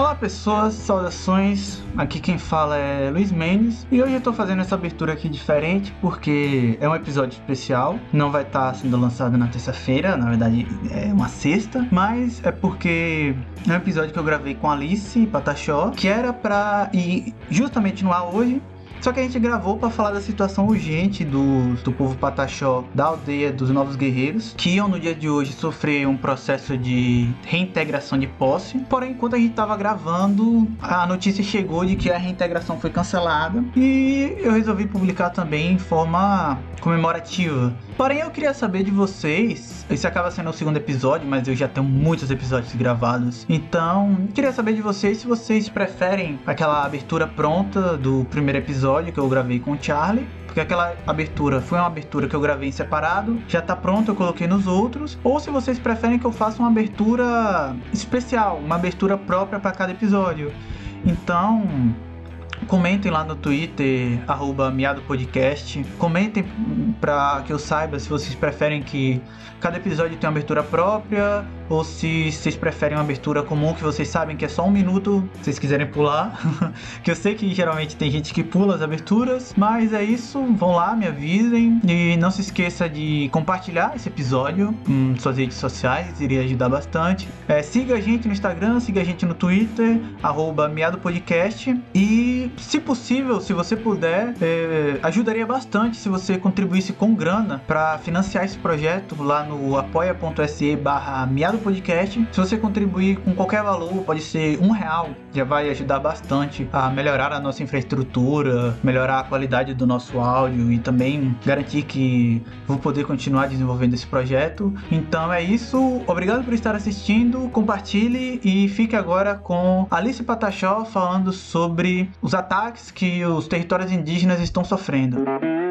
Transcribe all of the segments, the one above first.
Olá pessoas, saudações, aqui quem fala é Luiz Mendes e hoje eu tô fazendo essa abertura aqui diferente porque é um episódio especial, não vai estar sendo lançado na terça-feira, na verdade é uma sexta, mas é porque é um episódio que eu gravei com a Alice Pataxó, que era pra ir justamente no ar hoje. Só que a gente gravou para falar da situação urgente do povo Pataxó, da aldeia dos Novos Guerreiros, que iam no dia de hoje sofrer um processo de reintegração de posse. Porém, enquanto a gente estava gravando, a notícia chegou de que a reintegração foi cancelada e eu resolvi publicar também em forma comemorativa. Porém, eu queria saber de vocês, esse acaba sendo o segundo episódio, mas eu já tenho muitos episódios gravados, então queria saber de vocês se vocês preferem aquela abertura pronta do primeiro episódio que eu gravei com o Charlie, porque aquela abertura foi uma abertura que eu gravei em separado, já tá pronto, eu coloquei nos outros, ou se vocês preferem que eu faça uma abertura especial, uma abertura própria para cada episódio. Então comentem lá no Twitter, @miadopodcast. Comentem para que eu saiba se vocês preferem que cada episódio tenha uma abertura própria ou se vocês preferem uma abertura comum que vocês sabem que é só 1 minuto, se vocês quiserem pular. Que eu sei que geralmente tem gente que pula as aberturas, mas é isso, vão lá, me avisem e não se esqueça de compartilhar esse episódio em suas redes sociais, iria ajudar bastante. Siga a gente no Instagram, siga a gente no Twitter, @miadopodcast, e se possível, se você puder, ajudaria bastante se você contribuísse com grana para financiar esse projeto lá no apoia.se/miadopodcast. Se você contribuir com qualquer valor, pode ser R$1, já vai ajudar bastante a melhorar a nossa infraestrutura, melhorar a qualidade do nosso áudio e também garantir que vou poder continuar desenvolvendo esse projeto. Então é isso, obrigado por estar assistindo, compartilhe e fique agora com Alice Pataxó falando sobre os ataques que os territórios indígenas estão sofrendo.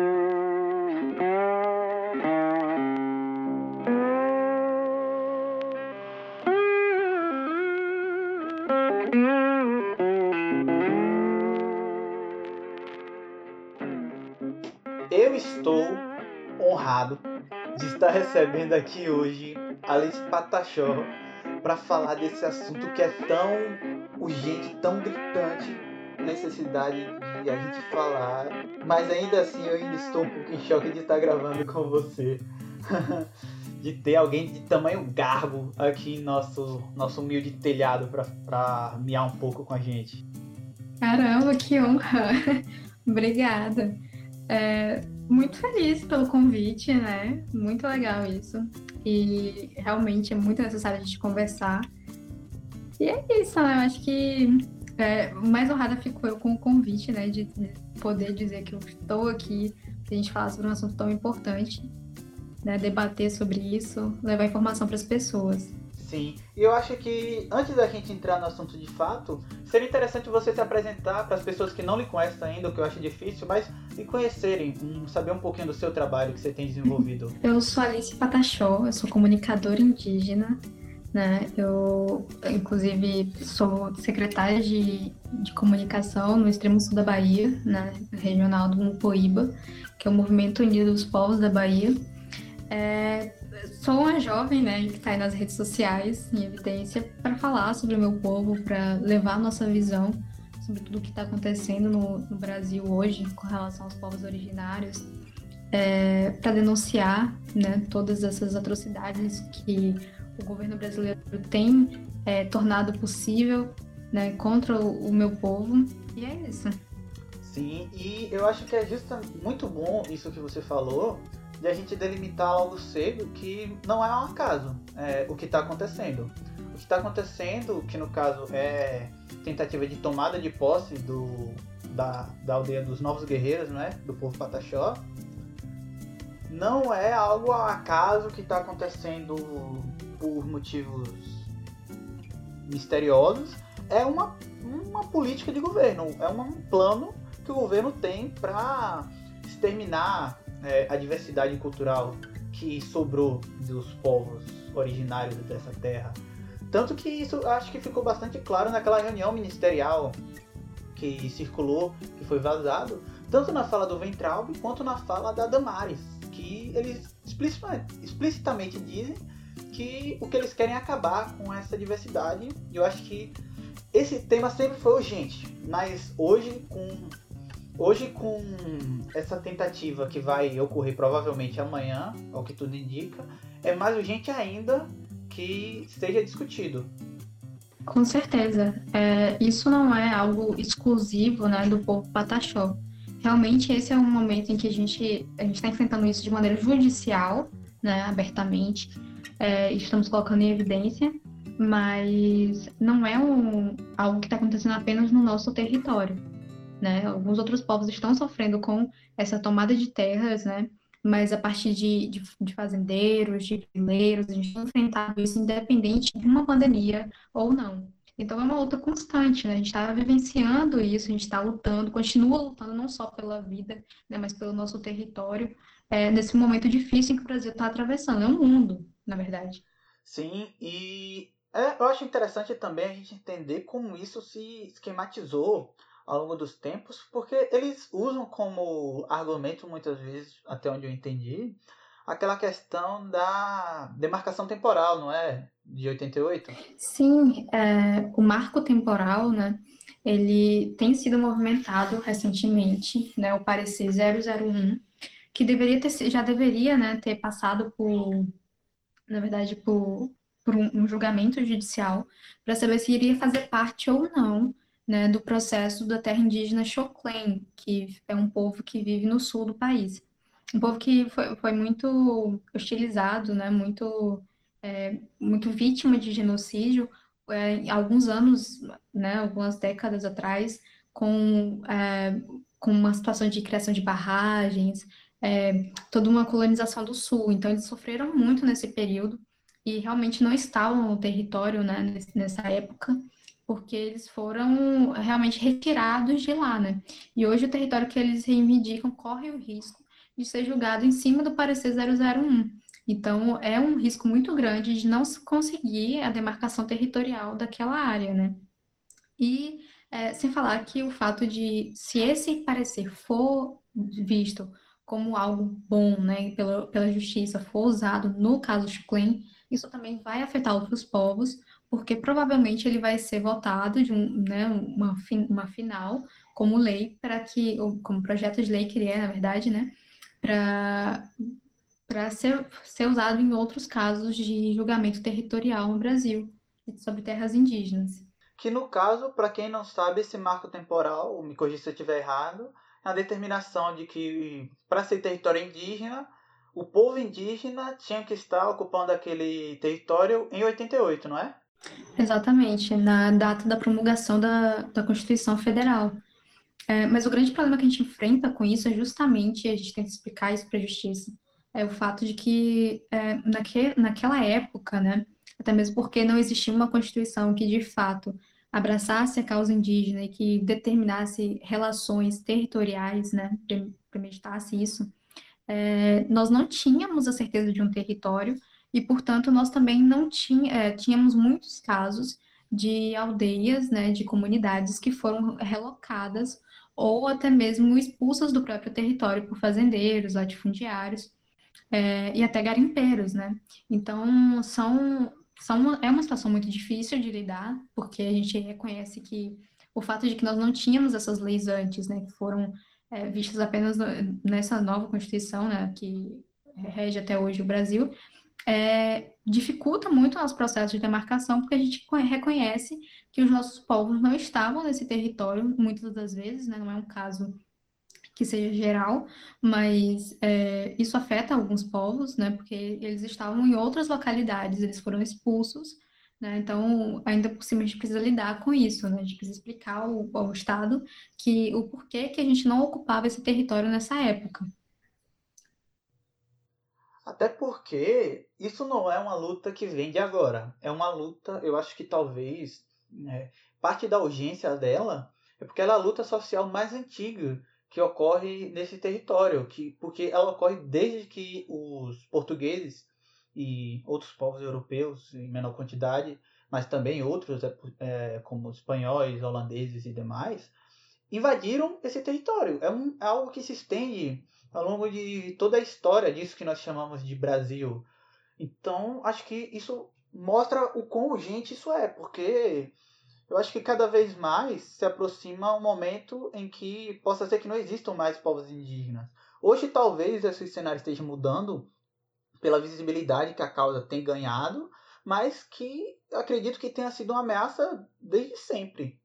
Eu estou honrado de estar recebendo aqui hoje Alice Pataxó para falar desse assunto que é tão urgente, tão gritante, necessidade de a gente falar, mas ainda assim eu ainda estou um pouco em choque de estar gravando com você. De ter alguém de tamanho garbo aqui em nosso humilde telhado para miar um pouco com a gente. Caramba, que honra! Obrigada. Muito feliz pelo convite, né? Muito legal isso. E realmente é muito necessário a gente conversar. E é isso, né? Eu acho que mais honrada fico eu com o convite, né? De poder dizer que eu estou aqui pra gente falar sobre um assunto tão importante, né? Debater sobre isso, levar informação para as pessoas. Sim, e eu acho que antes da gente entrar no assunto de fato, seria interessante você se apresentar para as pessoas que não lhe conhecem ainda, o que eu acho difícil, mas lhe conhecerem, saber um pouquinho do seu trabalho que você tem desenvolvido. Eu sou Alice Pataxó, eu sou comunicadora indígena, né? Eu, inclusive, sou secretária de comunicação no extremo sul da Bahia, né? Regional do Mupoíba, que é o Movimento Unido dos Povos da Bahia. Sou uma jovem, né, que está aí nas redes sociais, em evidência, para falar sobre o meu povo, para levar a nossa visão sobre tudo o que está acontecendo no Brasil hoje com relação aos povos originários, para denunciar, né, todas essas atrocidades que o governo brasileiro tem tornado possível, né, contra o meu povo, e é isso. Sim, e eu acho que é muito bom isso que você falou, de a gente delimitar logo cedo que não é um acaso o que está acontecendo. O que está acontecendo, que no caso é tentativa de tomada de posse da aldeia dos Novos Guerreiros, né, do povo Pataxó, não é algo ao acaso que está acontecendo por motivos misteriosos, é uma política de governo, é um plano que o governo tem para exterminar a diversidade cultural que sobrou dos povos originários dessa terra. Tanto que isso acho que ficou bastante claro naquela reunião ministerial que circulou, que foi vazado, tanto na fala do Weintraub quanto na fala da Damares, que eles explicitamente dizem que o que eles querem é acabar com essa diversidade. E eu acho que esse tema sempre foi urgente, mas hoje com essa tentativa que vai ocorrer provavelmente amanhã, ao que tudo indica, é mais urgente ainda que seja discutido. Com certeza. Isso não é algo exclusivo, né, do povo pataxó. Realmente esse é um momento em que a gente está enfrentando isso de maneira judicial, né, abertamente. Estamos colocando em evidência, mas não é algo que está acontecendo apenas no nosso território, né? Alguns outros povos estão sofrendo com essa tomada de terras, né? Mas a partir de fazendeiros, de grileiros, a gente tem enfrentado isso independente de uma pandemia ou não. Então é uma luta constante, né? A gente está vivenciando isso, a gente está lutando, continua lutando não só pela vida, né, mas pelo nosso território, nesse momento difícil que o Brasil está atravessando. É um mundo, na verdade. Sim, e eu acho interessante também a gente entender como isso se esquematizou ao longo dos tempos, porque eles usam como argumento muitas vezes, até onde eu entendi, aquela questão da demarcação temporal, não é? De 88? Sim, o marco temporal, né, ele tem sido movimentado recentemente, né, o parecer 001, que já deveria, né, ter passado na verdade, por um julgamento judicial para saber se iria fazer parte ou não, né, do processo da terra indígena Xoclen, que é um povo que vive no sul do país. Um povo que foi muito hostilizado, né, muito vítima de genocídio, há alguns anos, né, algumas décadas atrás, com uma situação de criação de barragens, toda uma colonização do sul. Então, eles sofreram muito nesse período e realmente não estavam no território, né, nessa época, porque eles foram realmente retirados de lá, né? E hoje o território que eles reivindicam corre o risco de ser julgado em cima do parecer 001. Então, é um risco muito grande de não se conseguir a demarcação territorial daquela área, né? E sem falar que o fato de, se esse parecer for visto como algo bom, né, pela justiça, for usado no caso Chiclen, isso também vai afetar outros povos, porque provavelmente ele vai ser votado né, uma final como lei para que, ou como projeto de lei que ele é, na verdade, né, para ser usado em outros casos de julgamento territorial no Brasil, sobre terras indígenas. Que no caso, para quem não sabe, esse marco temporal, me corrija se eu estiver errado, é a determinação de que para ser território indígena, o povo indígena tinha que estar ocupando aquele território em 88, não é? Exatamente, na data da promulgação da Constituição Federal. Mas o grande problema que a gente enfrenta com isso é justamente, a gente tem que explicar isso para a justiça, é o fato de que naquela época, né, até mesmo porque não existia uma Constituição que de fato abraçasse a causa indígena e que determinasse relações territoriais, né, premeditasse isso, nós não tínhamos a certeza de um território e, portanto, nós também não tínhamos muitos casos de aldeias, né, de comunidades que foram relocadas ou até mesmo expulsas do próprio território por fazendeiros, latifundiários, e até garimpeiros, né? Então, é uma situação muito difícil de lidar, porque a gente reconhece que o fato de que nós não tínhamos essas leis antes, né, que foram vistas apenas nessa nova Constituição, né, que rege até hoje o Brasil, dificulta muito o nosso processo de demarcação, porque a gente reconhece que os nossos povos não estavam nesse território, muitas das vezes, né, não é um caso que seja geral, mas isso afeta alguns povos, né, porque eles estavam em outras localidades, eles foram expulsos, né, então ainda por cima a gente precisa lidar com isso, né, a gente precisa explicar ao Estado o porquê que a gente não ocupava esse território nessa época. Até porque isso não é uma luta que vem de agora. É uma luta, eu acho que talvez, né, parte da urgência dela é porque ela é a luta social mais antiga que ocorre nesse território, porque ela ocorre desde que os portugueses e outros povos europeus, em menor quantidade, mas também outros, como espanhóis, holandeses e demais, invadiram esse território. É algo que se estende ao longo de toda a história disso que nós chamamos de Brasil. Então, acho que isso mostra o quão urgente isso é, porque eu acho que cada vez mais se aproxima um momento em que possa ser que não existam mais povos indígenas. Hoje talvez esse cenário esteja mudando pela visibilidade que a causa tem ganhado, mas que acredito que tenha sido uma ameaça desde sempre.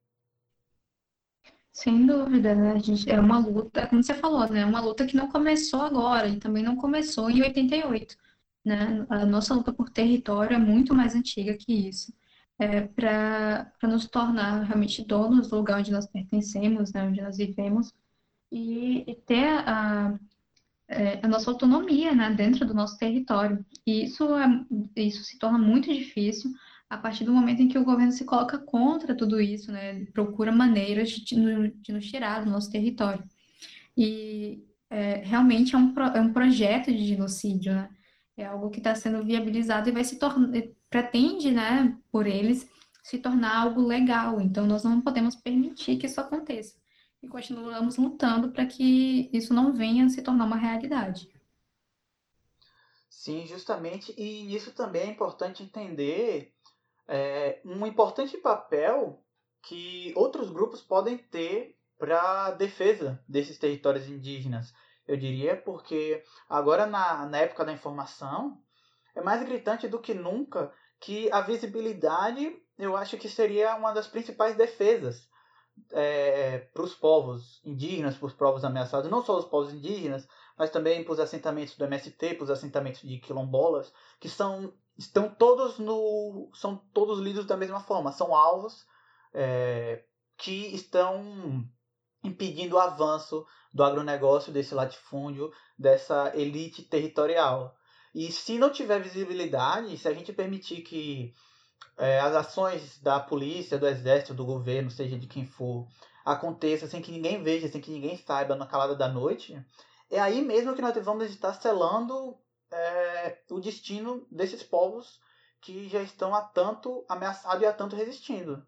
Sem dúvida, né? A gente, é uma luta, como você falou, né? É uma luta que não começou agora e também não começou em 88, né? A nossa luta por território é muito mais antiga que isso. Para nos tornar realmente donos do lugar onde nós pertencemos, né? Onde nós vivemos e ter a nossa autonomia, né? Dentro do nosso território. E isso se torna muito difícil a partir do momento em que o governo se coloca contra tudo isso, né? Ele procura maneiras de nos tirar do nosso território. E realmente é um projeto de genocídio, né? É algo que está sendo viabilizado e vai se tornar, pretende, né, por eles, se tornar algo legal. Então, nós não podemos permitir que isso aconteça. E continuamos lutando para que isso não venha a se tornar uma realidade. Sim, justamente, e nisso também é importante entender um importante papel que outros grupos podem ter para a defesa desses territórios indígenas. Eu diria porque agora na época da informação é mais gritante do que nunca que a visibilidade eu acho que seria uma das principais defesas para os povos indígenas, para os povos ameaçados, não só os povos indígenas, mas também para os assentamentos do MST, para os assentamentos de quilombolas, que são todos lidos da mesma forma, são alvos que estão impedindo o avanço do agronegócio, desse latifúndio, dessa elite territorial. E se não tiver visibilidade, se a gente permitir que as ações da polícia, do exército, do governo, seja de quem for, aconteça sem que ninguém veja, sem que ninguém saiba na calada da noite, é aí mesmo que nós vamos estar selando o destino desses povos que já estão há tanto ameaçados e há tanto resistindo.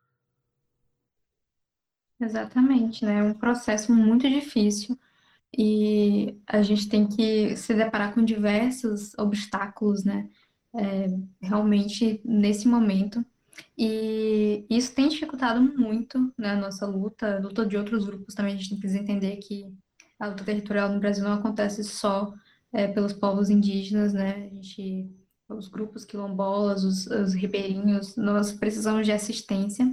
Exatamente, né? É um processo muito difícil e a gente tem que se deparar com diversos obstáculos, né? Realmente nesse momento. E isso tem dificultado muito, né, a nossa luta, a luta de outros grupos também. A gente precisa entender que a luta territorial no Brasil não acontece só pelos povos indígenas, né? Os grupos quilombolas, os ribeirinhos, nós precisamos de assistência.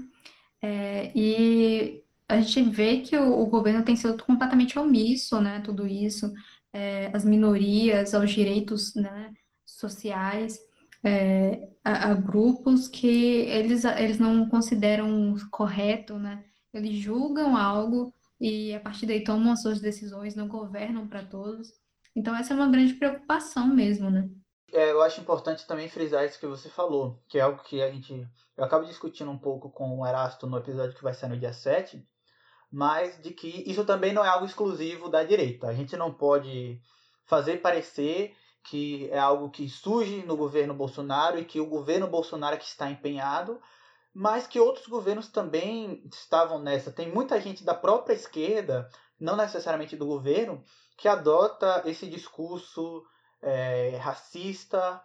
E a gente vê que o governo tem sido completamente omisso, né, tudo isso, as minorias, aos direitos, né, sociais, a grupos que eles não consideram correto, né, eles julgam algo e a partir daí tomam as suas decisões, não governam para todos. Então essa é uma grande preocupação mesmo, né? Eu acho importante também frisar isso que você falou, que é algo que eu acabo discutindo um pouco com o Erasto no episódio que vai sair no dia 7, mas de que isso também não é algo exclusivo da direita. A gente não pode fazer parecer que é algo que surge no governo Bolsonaro e que o governo Bolsonaro é que está empenhado, mas que outros governos também estavam nessa. Tem muita gente da própria esquerda, não necessariamente do governo, que adota esse discurso racista,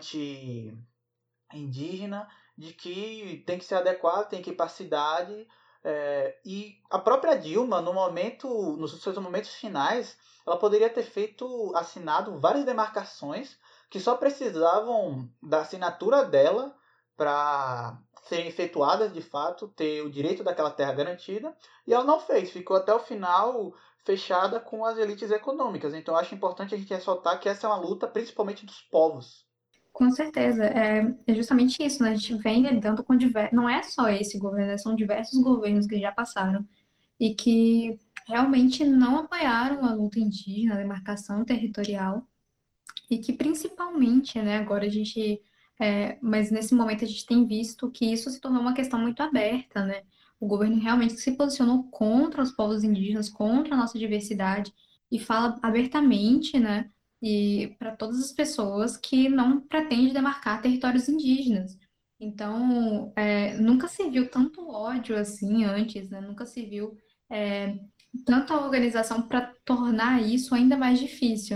anti-indígena, de que tem que ser adequado, tem que ir para a cidade. E a própria Dilma, nos seus momentos finais, ela poderia ter assinado várias demarcações que só precisavam da assinatura dela para serem efetuadas de fato, ter o direito daquela terra garantida, e ela não fez, ficou até o final fechada com as elites econômicas. Então eu acho importante a gente ressaltar que essa é uma luta principalmente dos povos. Com certeza, é justamente isso, né? A gente vem lidando com diversos. Não é só esse governo, né? São diversos governos que já passaram e que realmente não apoiaram a luta indígena, a demarcação territorial, e que principalmente, né, agora a gente. Mas nesse momento a gente tem visto que isso se tornou uma questão muito aberta, né? O governo realmente se posicionou contra os povos indígenas, contra a nossa diversidade, e fala abertamente, né? E para todas as pessoas que não pretende demarcar territórios indígenas. Então, nunca se viu tanto ódio assim antes, né? Nunca se viu tanta organização para tornar isso ainda mais difícil, né?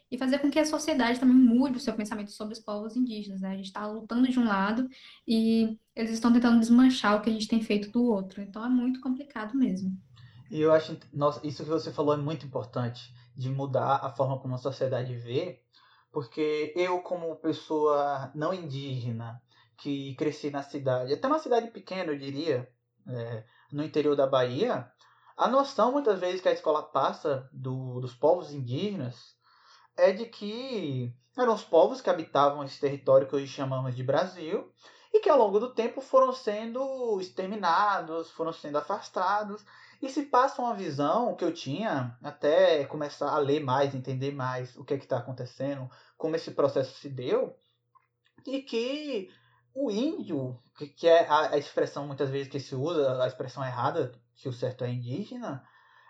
e fazer com que a sociedade também mude o seu pensamento sobre os povos indígenas, né? A gente está lutando de um lado e eles estão tentando desmanchar o que a gente tem feito do outro. Então é muito complicado mesmo. E eu acho, nossa, isso que você falou é muito importante, de mudar a forma como a sociedade vê, porque eu, como pessoa não indígena, que cresci na cidade, até uma cidade pequena, eu diria, no interior da Bahia, a noção muitas vezes que a escola passa dos povos indígenas é de que eram os povos que habitavam esse território que hoje chamamos de Brasil e que ao longo do tempo foram sendo exterminados, foram sendo afastados. E se passa uma visão que eu tinha, até começar a ler mais, entender mais o que é que está acontecendo, como esse processo se deu, e que o índio, que é a expressão muitas vezes que se usa, a expressão errada, que o certo é indígena,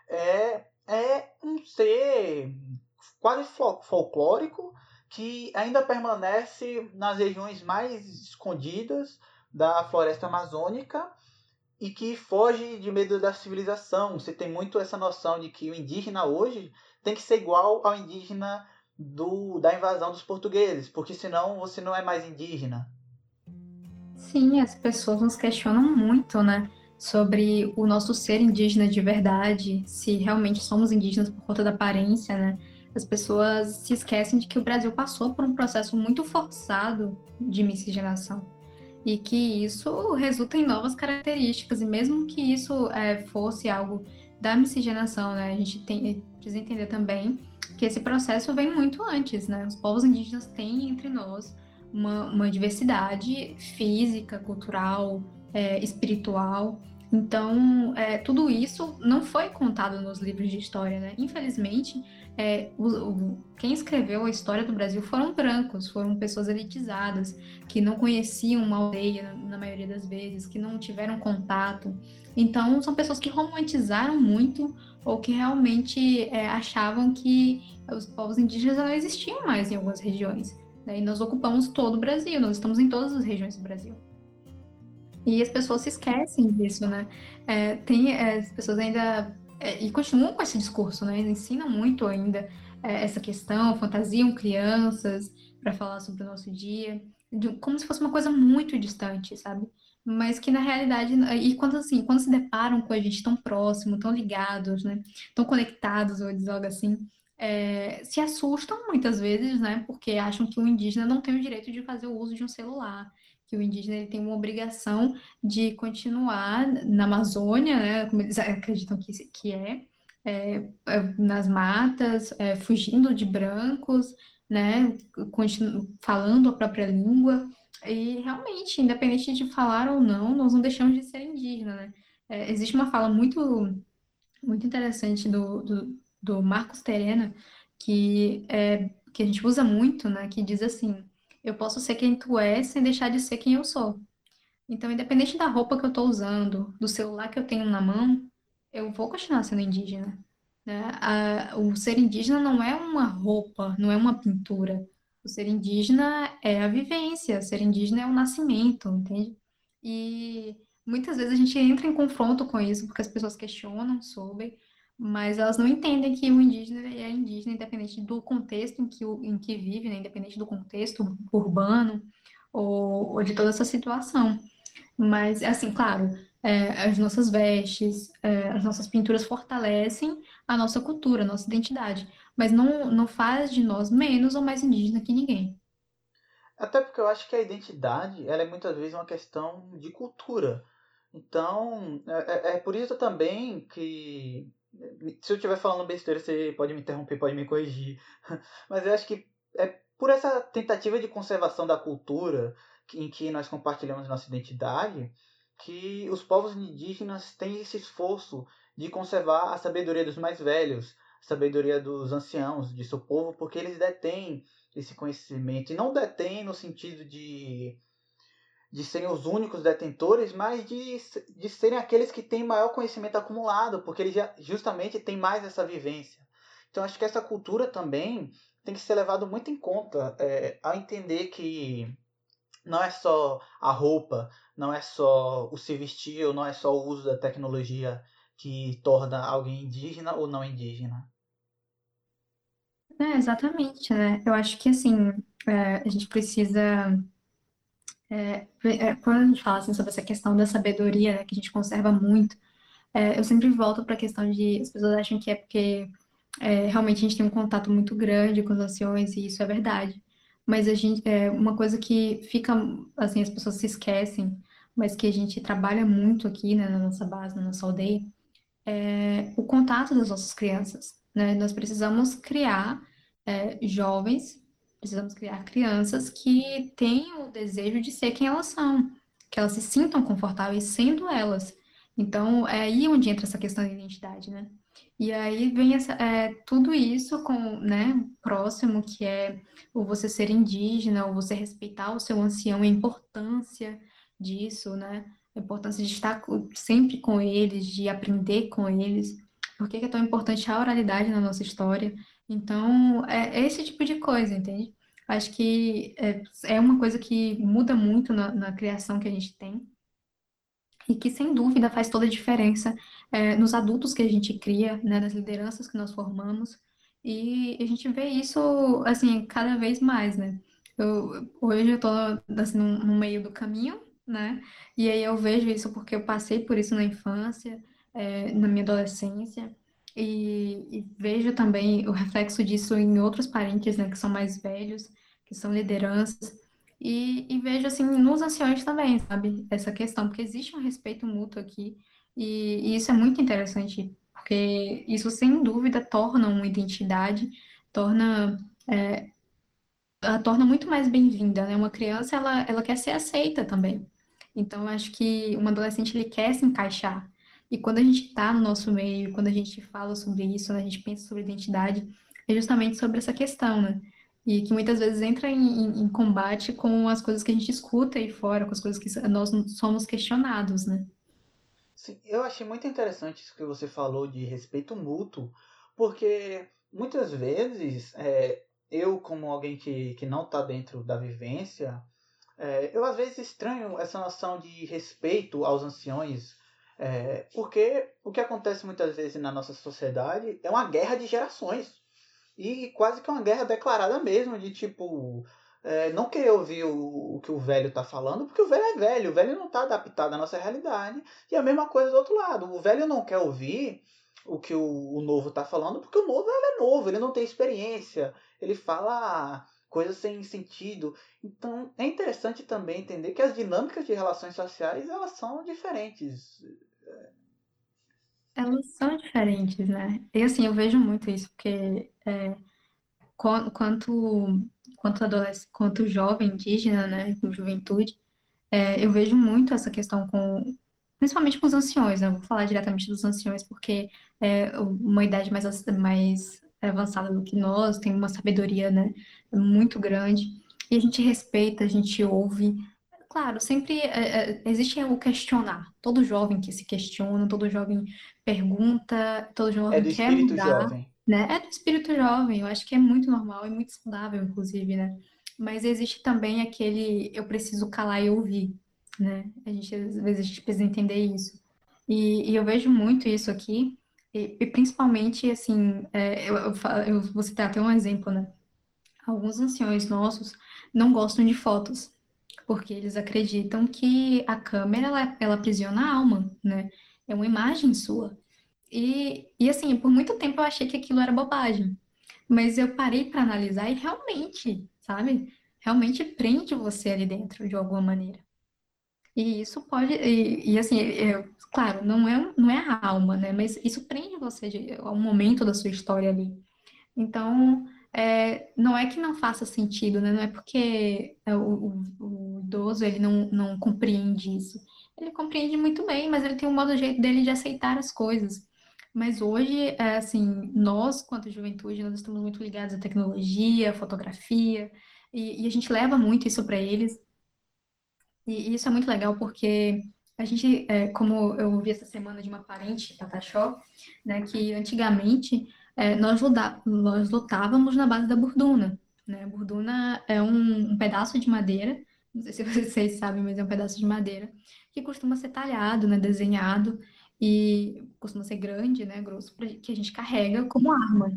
é um ser quase folclórico que ainda permanece nas regiões mais escondidas da floresta amazônica e que foge de medo da civilização. Você tem muito essa noção de que o indígena hoje tem que ser igual ao indígena da invasão dos portugueses, porque senão você não é mais indígena. Sim, as pessoas nos questionam muito, né, sobre o nosso ser indígena de verdade, se realmente somos indígenas por conta da aparência, né? As pessoas se esquecem de que o Brasil passou por um processo muito forçado de miscigenação e que isso resulta em novas características, e mesmo que isso fosse algo da miscigenação, né, a gente precisa entender também que esse processo vem muito antes, né? Os povos indígenas têm entre nós uma diversidade física, cultural, espiritual. Então, tudo isso não foi contado nos livros de história, né? Infelizmente, quem escreveu a história do Brasil foram brancos, foram pessoas elitizadas, que não conheciam uma aldeia, na maioria das vezes, que não tiveram contato. Então, são pessoas que romantizaram muito ou que realmente achavam que os povos indígenas não existiam mais em algumas regiões. Né? E nós ocupamos todo o Brasil, nós estamos em todas as regiões do Brasil. E as pessoas se esquecem disso, né? As pessoas ainda. E continuam com esse discurso, né? Eles ensinam muito ainda essa questão, fantasiam crianças para falar sobre o nosso dia, como se fosse uma coisa muito distante, sabe? Mas que na realidade, e quando se deparam com a gente tão próximo, tão ligados, né? Tão conectados, vou dizer algo assim, se assustam muitas vezes, né? Porque acham que o indígena não tem o direito de fazer o uso de um celular, que o indígena ele tem uma obrigação de continuar na Amazônia, né, como eles acreditam nas matas, fugindo de brancos, né, falando a própria língua. E realmente, independente de falar ou não, nós não deixamos de ser indígena, né? Existe uma fala muito interessante do Marcos Terena, que a gente usa muito, né, que diz assim: eu posso ser quem tu és sem deixar de ser quem eu sou. Então, independente da roupa que eu estou usando, do celular que eu tenho na mão, eu vou continuar sendo indígena, né? O ser indígena não é uma roupa, não é uma pintura. O ser indígena é a vivência, o ser indígena é o nascimento, entende? E muitas vezes a gente entra em confronto com isso, porque as pessoas questionam sobre, mas elas não entendem que o indígena ele é indígena independente do contexto em que vive, né? Independente do contexto urbano ou de toda essa situação. Mas, assim, claro, as nossas vestes, as nossas pinturas fortalecem a nossa cultura, a nossa identidade, mas não faz de nós menos ou mais indígena que ninguém. Até porque eu acho que a identidade ela é muitas vezes uma questão de cultura. Então, é por isso também que, se eu estiver falando besteira, você pode me interromper, pode me corrigir. Mas eu acho que é por essa tentativa de conservação da cultura em que nós compartilhamos nossa identidade que os povos indígenas têm esse esforço de conservar a sabedoria dos mais velhos, a sabedoria dos anciãos de seu povo, porque eles detêm esse conhecimento. E não detêm no sentido de serem os únicos detentores, mas de serem aqueles que têm maior conhecimento acumulado, porque eles justamente têm mais essa vivência. Então acho que essa cultura também tem que ser levado muito em conta ao entender que não é só a roupa, não é só o se vestir, ou não é só o uso da tecnologia que torna alguém indígena ou não indígena. É, exatamente, né? Eu acho que, assim, a gente precisa... quando a gente fala, assim, sobre essa questão da sabedoria, né, que a gente conserva muito, eu sempre volto para a questão de... As pessoas acham que é porque realmente a gente tem um contato muito grande com os anciões, e isso é verdade. Mas a gente, uma coisa que fica, assim, as pessoas se esquecem, mas que a gente trabalha muito aqui, né, na nossa base, na nossa aldeia, o contato das nossas crianças, né? Nós precisamos criar jovens, precisamos criar crianças que tenham o desejo de ser quem elas são, que elas se sintam confortáveis sendo elas. Então, é aí onde entra essa questão de identidade, né? E aí vem tudo isso com, né, próximo, que é o você ser indígena, ou você respeitar o seu ancião, a importância disso, né? A importância de estar sempre com eles, de aprender com eles. Por que que é tão importante a oralidade na nossa história? Então, é esse tipo de coisa, entende? Acho que é uma coisa que muda muito na criação que a gente tem e que, sem dúvida, faz toda a diferença nos adultos que a gente cria, né, nas lideranças que nós formamos. E a gente vê isso, assim, cada vez mais, né? Hoje eu tô, assim, no meio do caminho, né? E aí eu vejo isso porque eu passei por isso na infância, na minha adolescência, e vejo também o reflexo disso em outros parentes, né, que são mais velhos, que são lideranças. E vejo assim nos anciões também, sabe? Essa questão, porque existe um respeito mútuo aqui, e isso é muito interessante, porque isso sem dúvida torna uma identidade, torna, ela torna muito mais bem-vinda, né? Uma criança, ela quer ser aceita também. Então, eu acho que um adolescente, ele quer se encaixar. E quando a gente está no nosso meio, quando a gente fala sobre isso, né, a gente pensa sobre identidade, é justamente sobre essa questão, né? E que muitas vezes entra em combate com as coisas que a gente escuta aí fora, com as coisas que nós somos questionados, né? Sim, eu achei muito interessante isso que você falou de respeito mútuo, porque muitas vezes eu, como alguém que não está dentro da vivência, eu às vezes estranho essa noção de respeito aos anciões, porque o que acontece muitas vezes na nossa sociedade é uma guerra de gerações. E quase que uma guerra declarada mesmo, de tipo, não querer ouvir o que o velho tá falando, porque o velho não tá adaptado à nossa realidade. E a mesma coisa do outro lado, o velho não quer ouvir o que o novo tá falando, porque o novo ele é novo, ele não tem experiência, ele fala coisas sem sentido. Então é interessante também entender que as dinâmicas de relações sociais elas são diferentes. Elas são diferentes, né? E assim, eu vejo muito isso, porque quanto, quanto jovem indígena, né, com juventude, eu vejo muito essa questão principalmente com os anciões, né? Eu vou falar diretamente dos anciões, porque é uma idade mais avançada do que nós, tem uma sabedoria, né, muito grande, e a gente respeita, a gente ouve. Claro, sempre existe o questionar. Todo jovem que se questiona, todo jovem pergunta, todo É jovem do quer espírito mudar, jovem. né? É do espírito jovem, eu acho que é muito normal e muito saudável, inclusive, né? Mas existe também aquele eu preciso calar e ouvir, né? Às vezes a gente precisa entender isso. E eu vejo muito isso aqui, e principalmente, assim, eu vou citar até um exemplo, né? Alguns anciões nossos não gostam de fotos, porque eles acreditam que a câmera, ela aprisiona a alma, né? É uma imagem sua. E assim, por muito tempo eu achei que aquilo era bobagem. Mas eu parei para analisar e realmente, sabe? Realmente prende você ali dentro de alguma maneira. E isso pode, assim, claro, não é a alma, né? Mas isso prende você a um momento da sua história ali. Então, não é que não faça sentido, né? Não é porque o idoso ele não compreende isso. Ele compreende muito bem, mas ele tem um modo jeito dele de aceitar as coisas. Mas hoje, assim, nós, quanto juventude, nós estamos muito ligados à tecnologia, à fotografia, e a gente leva muito isso para eles. E isso é muito legal porque a gente, como eu ouvi essa semana de uma parente, Pataxó, né, que antigamente nós lutávamos na base da burduna, né? A burduna é um pedaço de madeira, não sei se vocês sabem, mas é um pedaço de madeira que costuma ser talhado, né, desenhado e costuma ser grande, né, grosso, que a gente carrega como arma.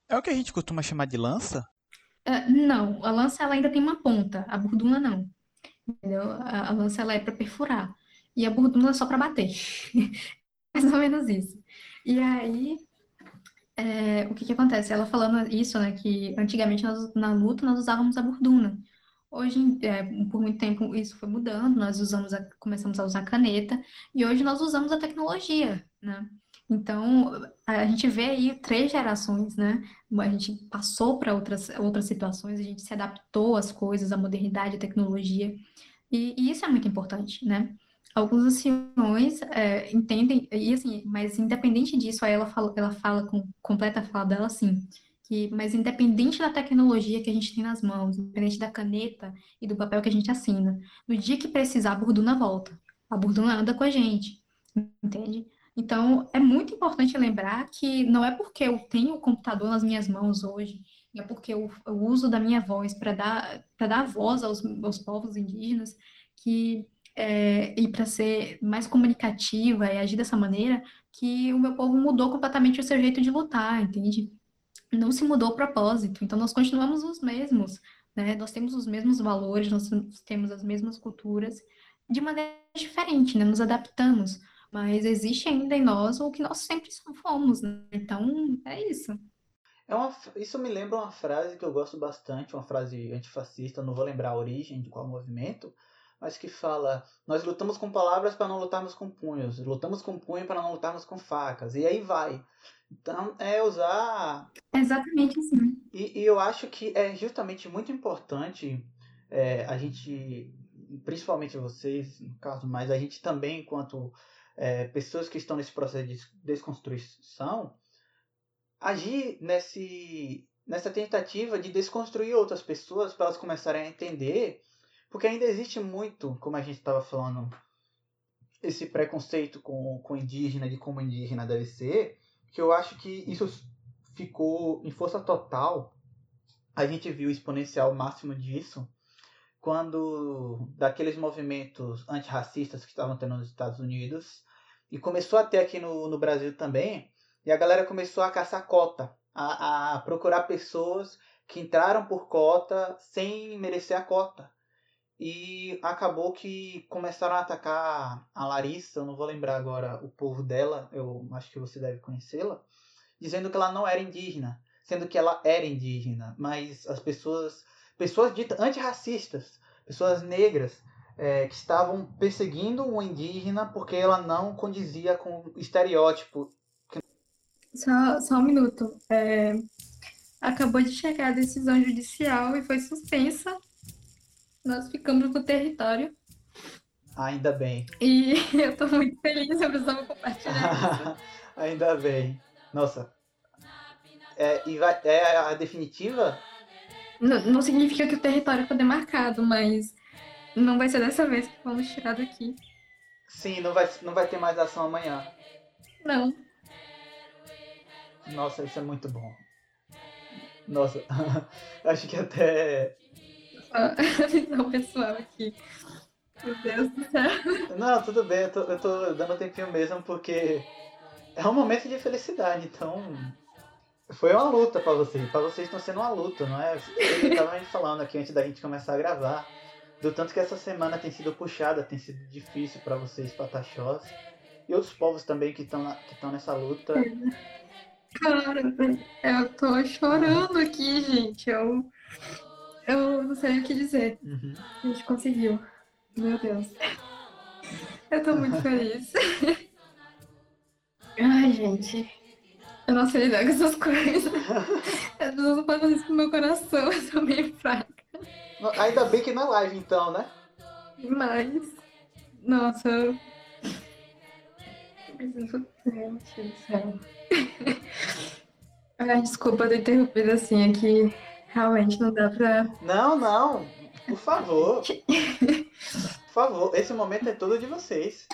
É o que a gente costuma chamar de lança? Não, a lança ela ainda tem uma ponta, a borduna não, entendeu? A lança ela é para perfurar e a borduna é só para bater. Mais ou menos isso. E aí, o que que acontece? Ela falando isso, né, que antigamente na luta nós usávamos a borduna. Hoje, por muito tempo, isso foi mudando, nós começamos a usar caneta, e hoje nós usamos a tecnologia, né? Então, a gente vê aí 3 gerações, né? A gente passou para outras situações, a gente se adaptou às coisas, à modernidade, à tecnologia, e isso é muito importante, né? Alguns anciões entendem, e assim, mas independente disso, aí ela fala, completa a fala dela assim, mas independente da tecnologia que a gente tem nas mãos, independente da caneta e do papel que a gente assina, no dia que precisar, a Borduna volta. A Borduna anda com a gente, entende? Então, é muito importante lembrar que não é porque eu tenho o computador nas minhas mãos hoje, não é porque eu uso da minha voz para dar voz aos povos indígenas, e para ser mais comunicativa e agir dessa maneira, que o meu povo mudou completamente o seu jeito de lutar, entende? Não se mudou o propósito, então nós continuamos os mesmos, né? Nós temos os mesmos valores, nós temos as mesmas culturas, de maneira diferente, né? Nos adaptamos, mas existe ainda em nós o que nós sempre fomos, né? Então, é isso. Isso me lembra uma frase que eu gosto bastante, uma frase antifascista, não vou lembrar a origem de qual movimento, mas que fala: nós lutamos com palavras para não lutarmos com punhos, lutamos com punho para não lutarmos com facas, e aí vai. Então, é usar. É exatamente assim. E eu acho que é justamente muito importante a gente, principalmente vocês, no caso, mas a gente também, enquanto pessoas que estão nesse processo de desconstrução, agir nessa tentativa de desconstruir outras pessoas para elas começarem a entender, porque ainda existe muito, como a gente estava falando, esse preconceito com indígena, de como indígena deve ser, que eu acho que isso ficou em força total. A gente viu o exponencial máximo disso quando daqueles movimentos antirracistas que estavam tendo nos Estados Unidos e começou a ter aqui no Brasil também, e a galera começou a caçar cota, a procurar pessoas que entraram por cota sem merecer a cota. E acabou que começaram a atacar a Larissa, eu não vou lembrar agora o povo dela, eu acho que você deve conhecê-la, dizendo que ela não era indígena, sendo que ela era indígena, mas as pessoas ditas antirracistas, pessoas negras, que estavam perseguindo uma indígena porque ela não condizia com o estereótipo. Só um minuto. Acabou de chegar a decisão judicial e foi suspensa. Nós ficamos no território Ainda bem. e eu tô muito feliz, eu precisava compartilhar isso. Ainda bem. Nossa. É a definitiva? Não significa que o território foi demarcado, mas não vai ser dessa vez que vamos tirar daqui. Sim, não vai ter mais ação amanhã. Não. Nossa, isso é muito bom. Nossa, acho que até. Só a visão pessoal aqui. Meu Deus do céu. Não, tudo bem, eu tô dando um tempinho mesmo porque é um momento de felicidade, então foi uma luta pra vocês estão sendo uma luta, não é? Eu tava me falando aqui antes da gente começar a gravar, do tanto que essa semana tem sido puxada, tem sido difícil pra vocês, pataxós, e outros povos também que estão nessa luta. Cara, eu tô chorando aqui, gente. Eu não sei o que dizer. Uhum. A gente conseguiu. Meu Deus. Eu tô muito feliz. Ai, gente. Eu não sei lidar com essas coisas. As pessoas não fazem isso pro meu coração. Eu sou meio fraca. Ainda bem que na live então, né? Mas, nossa, eu preciso. Gente do céu. Ai, desculpa ter interrompido assim aqui. Realmente não dá pra. Não, não, por favor, por favor, esse momento é todo de vocês.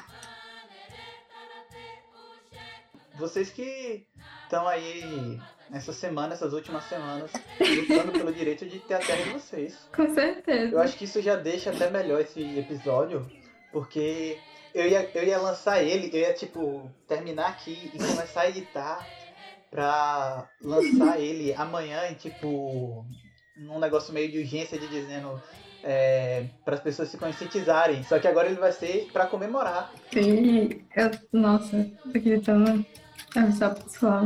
Vocês que estão aí nessa semana, essas últimas semanas, lutando pelo direito de ter a terra de vocês. Com certeza. Eu acho que isso já deixa até melhor esse episódio, porque eu ia lançar ele, eu ia, tipo, terminar aqui e começar a editar. pra lançar ele amanhã, tipo, num negócio meio de urgência de dizendo para as pessoas se conscientizarem. Só que agora ele vai ser para comemorar. Nossa, tô acreditando. É só pessoal.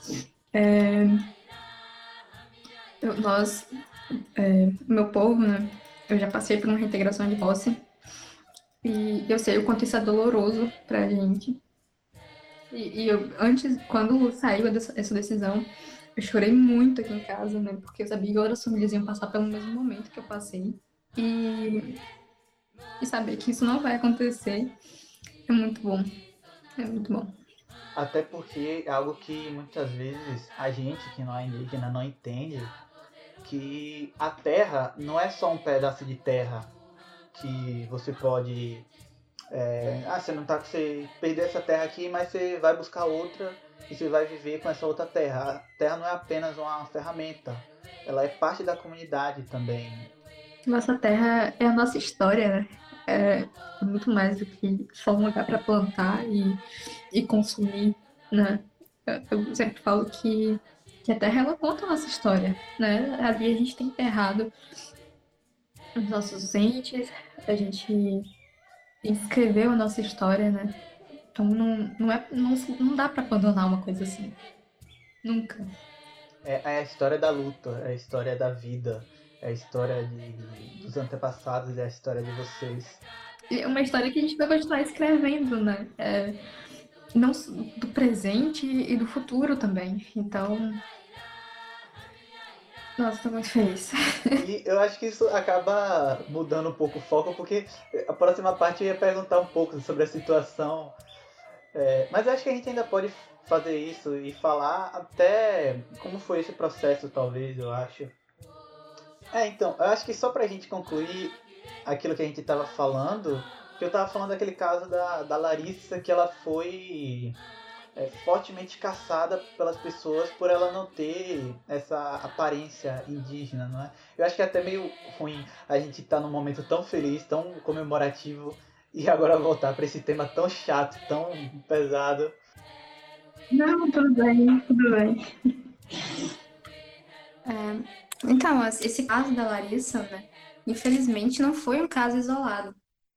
Nós, meu povo, né? Eu já passei por uma reintegração de posse. E eu sei o quanto isso é doloroso pra gente. E eu, antes, quando saiu essa decisão, eu chorei muito aqui em casa, né? Porque eu sabia que outras famílias iam passar pelo mesmo momento que eu passei. E, e saber que isso não vai acontecer é muito bom. É muito bom. Até porque é algo que muitas vezes a gente que não é indígena não entende, que a terra não é só um pedaço de terra que você pode você não tá, você perdeu essa terra aqui, mas você vai buscar outra e você vai viver com essa outra terra. A terra não é apenas uma ferramenta, ela é parte da comunidade também. Nossa terra é a nossa história, né? É muito mais do que só um lugar para plantar e consumir, né? Eu sempre falo que a terra ela conta a nossa história, né? Ali a gente tem enterrado os nossos entes, a gente escreveu a nossa história, né? Então não dá para abandonar uma coisa assim. Nunca. É a história da luta, é a história da vida, é a história dos antepassados, é a história de vocês. E é uma história que a gente vai continuar escrevendo, né? Não do presente e do futuro também. Então, nossa, tô muito feliz. E eu acho que isso acaba mudando um pouco o foco, porque a próxima parte eu ia perguntar um pouco sobre a situação. Mas eu acho que a gente ainda pode fazer isso e falar até como foi esse processo, talvez, eu acho. Então, eu acho que só pra gente concluir aquilo que a gente tava falando, que eu tava falando daquele caso da Larissa, que ela foi fortemente caçada pelas pessoas por ela não ter essa aparência indígena, não é? Eu acho que é até meio ruim a gente estar num momento tão feliz, tão comemorativo, e agora voltar para esse tema tão chato, tão pesado. Não, tudo bem, tudo bem. Então, esse caso da Larissa, né? Infelizmente não foi um caso isolado.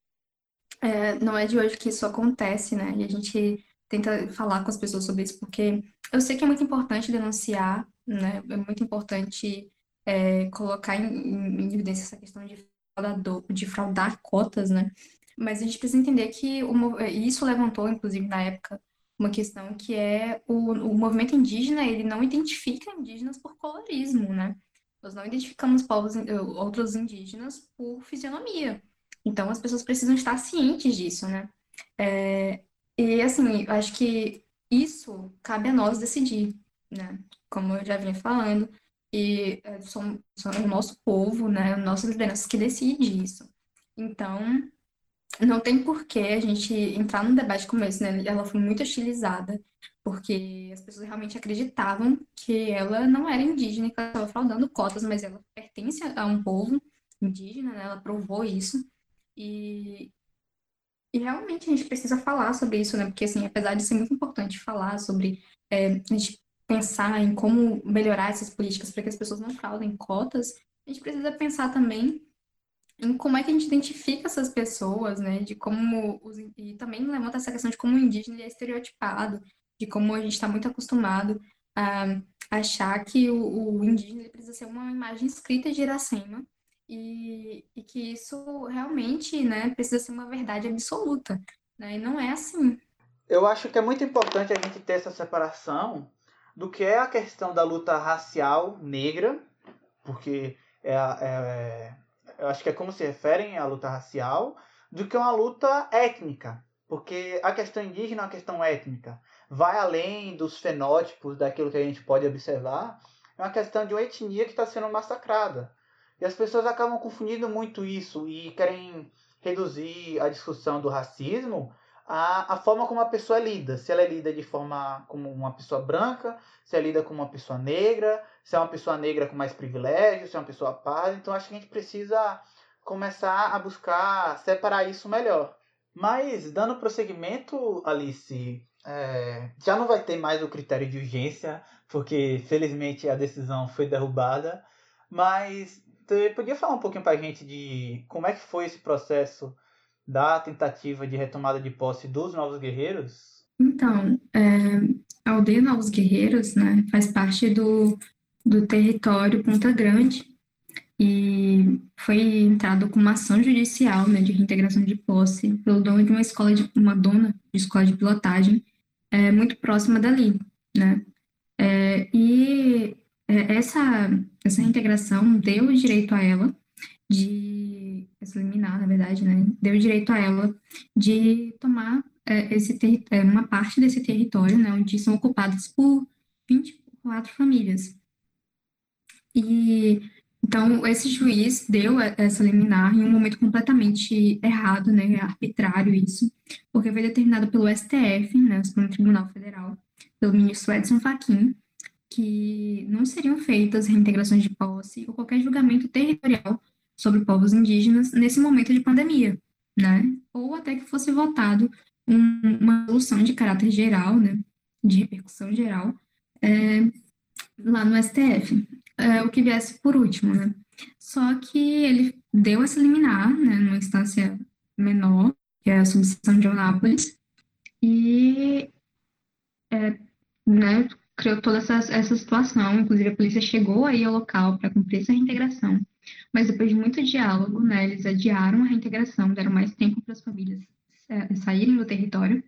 Não é de hoje que isso acontece, né? E a gente tenta falar com as pessoas sobre isso, porque eu sei que é muito importante denunciar, né? É muito importante colocar em evidência essa questão de fraudar cotas, né? Mas a gente precisa entender que e isso levantou, inclusive, na época, uma questão que é o movimento indígena, ele não identifica indígenas por colorismo, né? Nós não identificamos outros indígenas por fisionomia. Então, as pessoas precisam estar cientes disso, né? E, assim, eu acho que isso cabe a nós decidir, né? Como eu já vinha falando, e são o nosso povo, né? Nossas lideranças que decide isso. Então, não tem por que a gente entrar num debate como esse, né? Ela foi muito hostilizada, porque as pessoas realmente acreditavam que ela não era indígena, que ela estava fraudando cotas, mas ela pertence a um povo indígena, né? Ela provou isso. E, e realmente a gente precisa falar sobre isso, né? Porque, assim, apesar de ser muito importante falar sobre, a gente pensar em como melhorar essas políticas para que as pessoas não fraudem cotas, a gente precisa pensar também em como é que a gente identifica essas pessoas, né? De como e também levanta essa questão de como o indígena ele é estereotipado, de como a gente está muito acostumado a achar que o indígena ele precisa ser uma imagem escrita de Iracema e que isso realmente, né, precisa ser uma verdade absoluta, né? E não é assim. Eu acho que é muito importante a gente ter essa separação do que é a questão da luta racial negra, porque eu acho que é como se referem à luta racial, do que uma luta étnica. Porque a questão indígena é uma questão étnica. Vai além dos fenótipos, daquilo que a gente pode observar. É uma questão de uma etnia que está sendo massacrada. E as pessoas acabam confundindo muito isso e querem reduzir a discussão do racismo à forma como a pessoa é lida. Se ela é lida de forma como uma pessoa branca, se é lida como uma pessoa negra, se é uma pessoa negra com mais privilégios, se é uma pessoa parda. Então acho que a gente precisa começar a buscar separar isso melhor. Mas, dando prosseguimento, Alice, já não vai ter mais o critério de urgência, porque felizmente a decisão foi derrubada. Mas você podia falar um pouquinho pra gente de como é que foi esse processo da tentativa de retomada de posse dos Novos Guerreiros? Então, a aldeia Novos Guerreiros, né, faz parte do território Ponta Grande e foi entrado com uma ação judicial, né, de reintegração de posse pelo dono de uma dona de escola de pilotagem muito próxima dali, né? E essa reintegração deu o direito a ela essa liminar, na verdade, né, deu o direito a ela de tomar uma parte desse território, né, onde são ocupadas por 24 famílias. E então esse juiz deu essa liminar em um momento completamente errado, né, arbitrário isso, porque foi determinado pelo STF, né, o Supremo Tribunal Federal, pelo ministro Edson Fachin, que não seriam feitas reintegrações de posse ou qualquer julgamento territorial sobre povos indígenas nesse momento de pandemia, né? Ou até que fosse votado uma solução de caráter geral, né? De repercussão geral, é, lá no STF. O que viesse por último, né? Só que ele deu essa liminar, né? Numa instância menor, que é a subseção de Eunápolis, e né, criou toda essa situação. Inclusive, a polícia chegou aí ao local para cumprir essa reintegração. Mas depois de muito diálogo, né, eles adiaram a reintegração, deram mais tempo para as famílias saírem do território.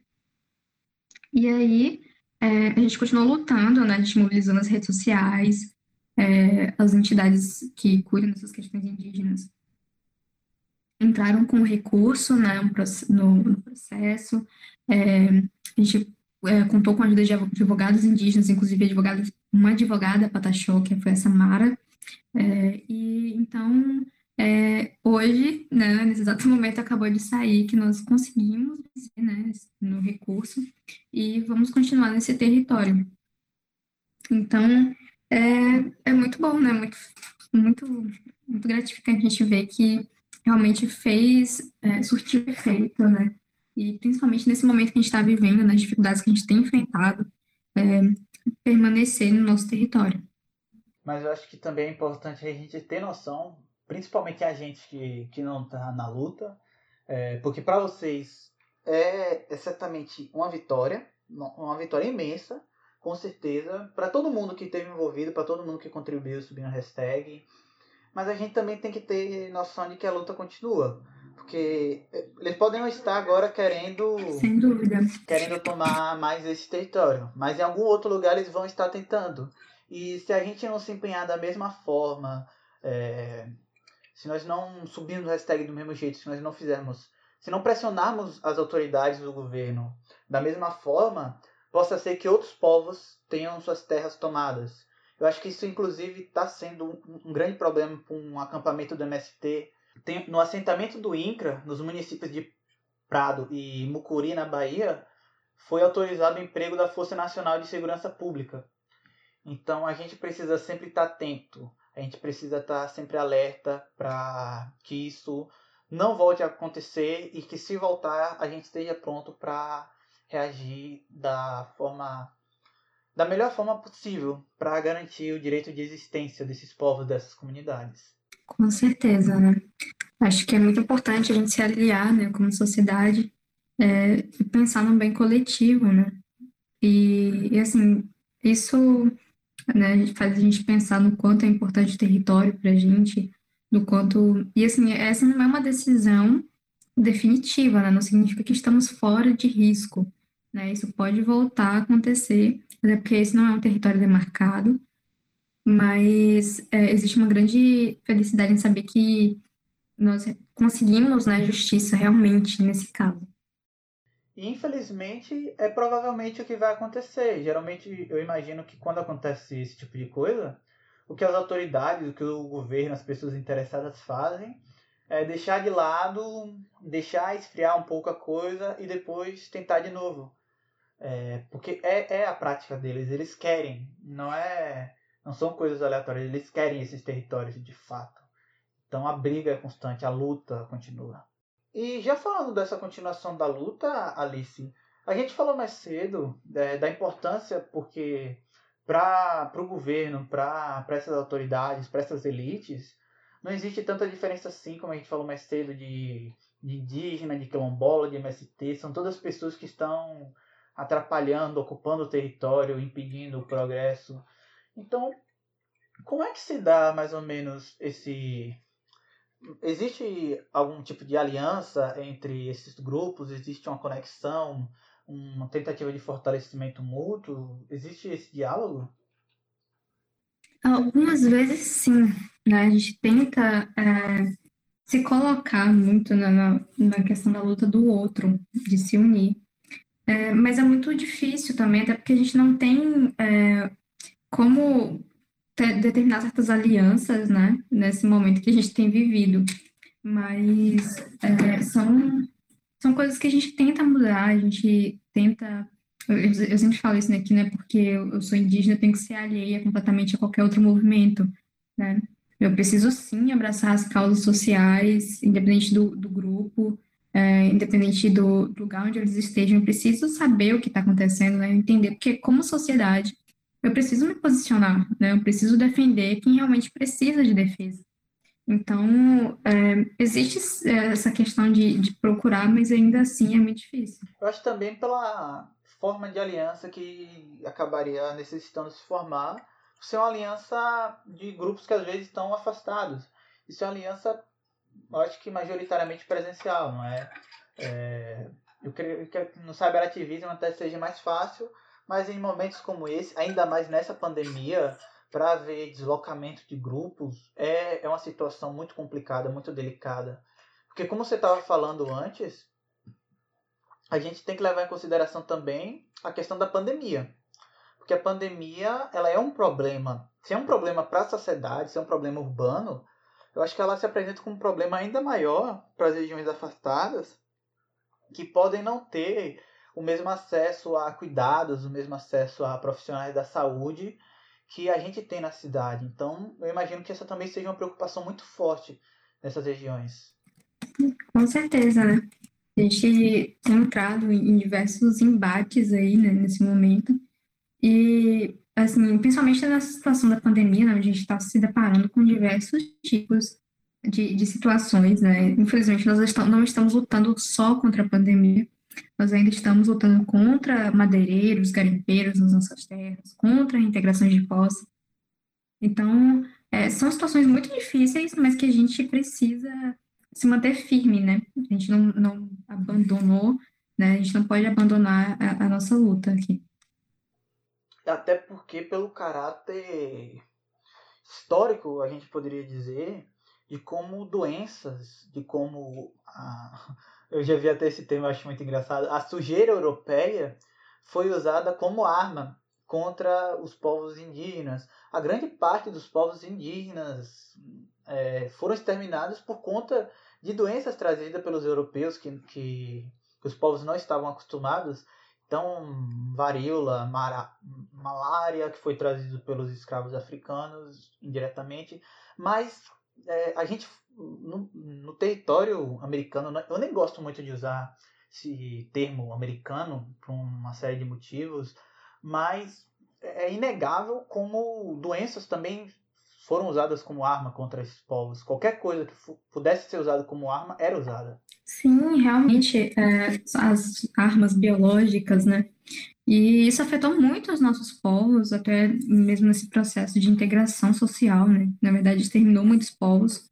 E aí, a gente continuou lutando, né, a gente mobilizou nas redes sociais, as entidades que cuidam dessas questões indígenas entraram com recurso, né, no processo. A gente contou com a ajuda de advogados indígenas, inclusive uma advogada pataxó, que foi a Samara. E então, hoje, né, nesse exato momento, acabou de sair que nós conseguimos vencer, né, no recurso e vamos continuar nesse território. Então, é muito bom, né, muito, muito gratificante a gente ver que realmente surtiu efeito, né? E principalmente nesse momento que a gente está vivendo, nas dificuldades que a gente tem enfrentado, é, permanecer no nosso território. Mas eu acho que também é importante a gente ter noção, principalmente a gente que não está na luta, porque para vocês é certamente uma vitória imensa, com certeza, para todo mundo que esteve envolvido, para todo mundo que contribuiu subindo a hashtag. Mas a gente também tem que ter noção de que a luta continua. Porque eles podem não estar agora Sem dúvida. querendo tomar mais esse território, mas em algum outro lugar eles vão estar tentando. E se a gente não se empenhar da mesma forma, se nós não subirmos o hashtag do mesmo jeito, se não pressionarmos as autoridades do governo da mesma forma, possa ser que outros povos tenham suas terras tomadas. Eu acho que isso, inclusive, está sendo um grande problema com um acampamento do MST. No assentamento do INCRA, nos municípios de Prado e Mucuri, na Bahia, foi autorizado o emprego da Força Nacional de Segurança Pública. Então a gente precisa sempre estar atento, a gente precisa estar sempre alerta para que isso não volte a acontecer e que, se voltar, a gente esteja pronto para reagir da melhor forma possível para garantir o direito de existência desses povos, dessas comunidades. Com certeza, né? Acho que é muito importante a gente se aliar, né, como sociedade, e pensar no bem coletivo, né? E assim, isso, né, faz a gente pensar no quanto é importante o território para a gente, no quanto... E assim, essa não é uma decisão definitiva, né? Não significa que estamos fora de risco, né? Isso pode voltar a acontecer, até porque esse não é um território demarcado, mas existe uma grande felicidade em saber que nós conseguimos, né, justiça realmente nesse caso. E, infelizmente, é provavelmente o que vai acontecer. Geralmente, eu imagino que quando acontece esse tipo de coisa, o que as autoridades, o que o governo, as pessoas interessadas fazem é deixar de lado, deixar esfriar um pouco a coisa e depois tentar de novo. Porque é a prática deles, eles querem, não são coisas aleatórias, eles querem esses territórios de fato. Então a briga é constante, a luta continua. E já falando dessa continuação da luta, Alice, a gente falou mais cedo da importância porque para o governo, para essas autoridades, para essas elites, não existe tanta diferença assim, como a gente falou mais cedo, de indígena, de quilombola, de MST. São todas pessoas que estão atrapalhando, ocupando o território, impedindo o progresso. Então, como é que se dá mais ou menos esse. Existe algum tipo de aliança entre esses grupos? Existe uma conexão, uma tentativa de fortalecimento mútuo? Existe esse diálogo? Algumas vezes sim, né? A gente tenta se colocar muito na questão da luta do outro, de se unir. Mas é muito difícil também, até porque a gente não tem como determinar certas alianças, né? Nesse momento que a gente tem vivido. Mas são coisas que a gente tenta mudar, a gente tenta. Eu sempre falo isso, né? Que não é porque eu sou indígena, eu tenho que ser alheia completamente a qualquer outro movimento, né? Eu preciso sim abraçar as causas sociais, independente do grupo, independente do lugar onde eles estejam. Eu preciso saber o que está acontecendo, né? Entender, porque como sociedade, eu preciso me posicionar, né? Eu preciso defender quem realmente precisa de defesa. Então, existe essa questão de procurar, mas ainda assim é muito difícil. Eu acho também pela forma de aliança que acabaria necessitando se formar, ser uma aliança de grupos que às vezes estão afastados. Isso é uma aliança, eu acho que majoritariamente presencial, não é? Eu creio que no cyberativismo até seja mais fácil, mas em momentos como esse, ainda mais nessa pandemia, para haver deslocamento de grupos, é uma situação muito complicada, muito delicada. Porque como você estava falando antes, a gente tem que levar em consideração também a questão da pandemia. Porque a pandemia, ela é um problema. Se é um problema para a sociedade, se é um problema urbano, eu acho que ela se apresenta como um problema ainda maior para as regiões afastadas, que podem não ter o mesmo acesso a cuidados, o mesmo acesso a profissionais da saúde que a gente tem na cidade. Então, eu imagino que essa também seja uma preocupação muito forte nessas regiões. Com certeza, né? A gente tem entrado em diversos embates aí, né, nesse momento. E, assim, principalmente nessa situação da pandemia, né, a gente está se deparando com diversos tipos de situações, né? Infelizmente, nós não estamos lutando só contra a pandemia, nós ainda estamos lutando contra madeireiros, garimpeiros nas nossas terras, contra a integração de posse. Então, são situações muito difíceis, mas que a gente precisa se manter firme, né? A gente não abandonou, né? A gente não pode abandonar a nossa luta aqui. Até porque, pelo caráter histórico, a gente poderia dizer, de como doenças, de como eu já vi até esse termo, eu acho muito engraçado, a sujeira europeia foi usada como arma contra os povos indígenas. A grande parte dos povos indígenas foram exterminados por conta de doenças trazidas pelos europeus que os povos não estavam acostumados. Então, varíola, malária, que foi trazido pelos escravos africanos indiretamente, mas a gente, no território americano, eu nem gosto muito de usar esse termo americano por uma série de motivos, mas é inegável como doenças também foram usadas como arma contra esses povos. Qualquer coisa que pudesse ser usada como arma era usada. Sim, realmente, as armas biológicas, né? E isso afetou muito os nossos povos, até mesmo nesse processo de integração social, né? Na verdade, exterminou muitos povos,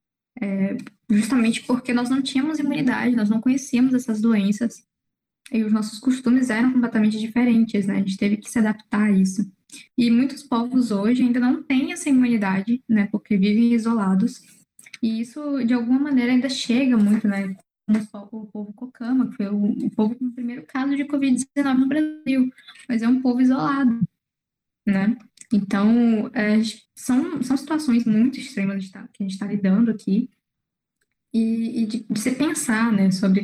justamente porque nós não tínhamos imunidade, nós não conhecíamos essas doenças, e os nossos costumes eram completamente diferentes, né? A gente teve que se adaptar a isso. E muitos povos hoje ainda não têm essa imunidade, né? Porque vivem isolados, e isso, de alguma maneira, ainda chega muito, né? Como o povo Cocama, que foi o povo com o primeiro caso de Covid-19 no Brasil, mas é um povo isolado, né? Então, são situações muito extremas que a gente está lidando aqui, e de se pensar, né, sobre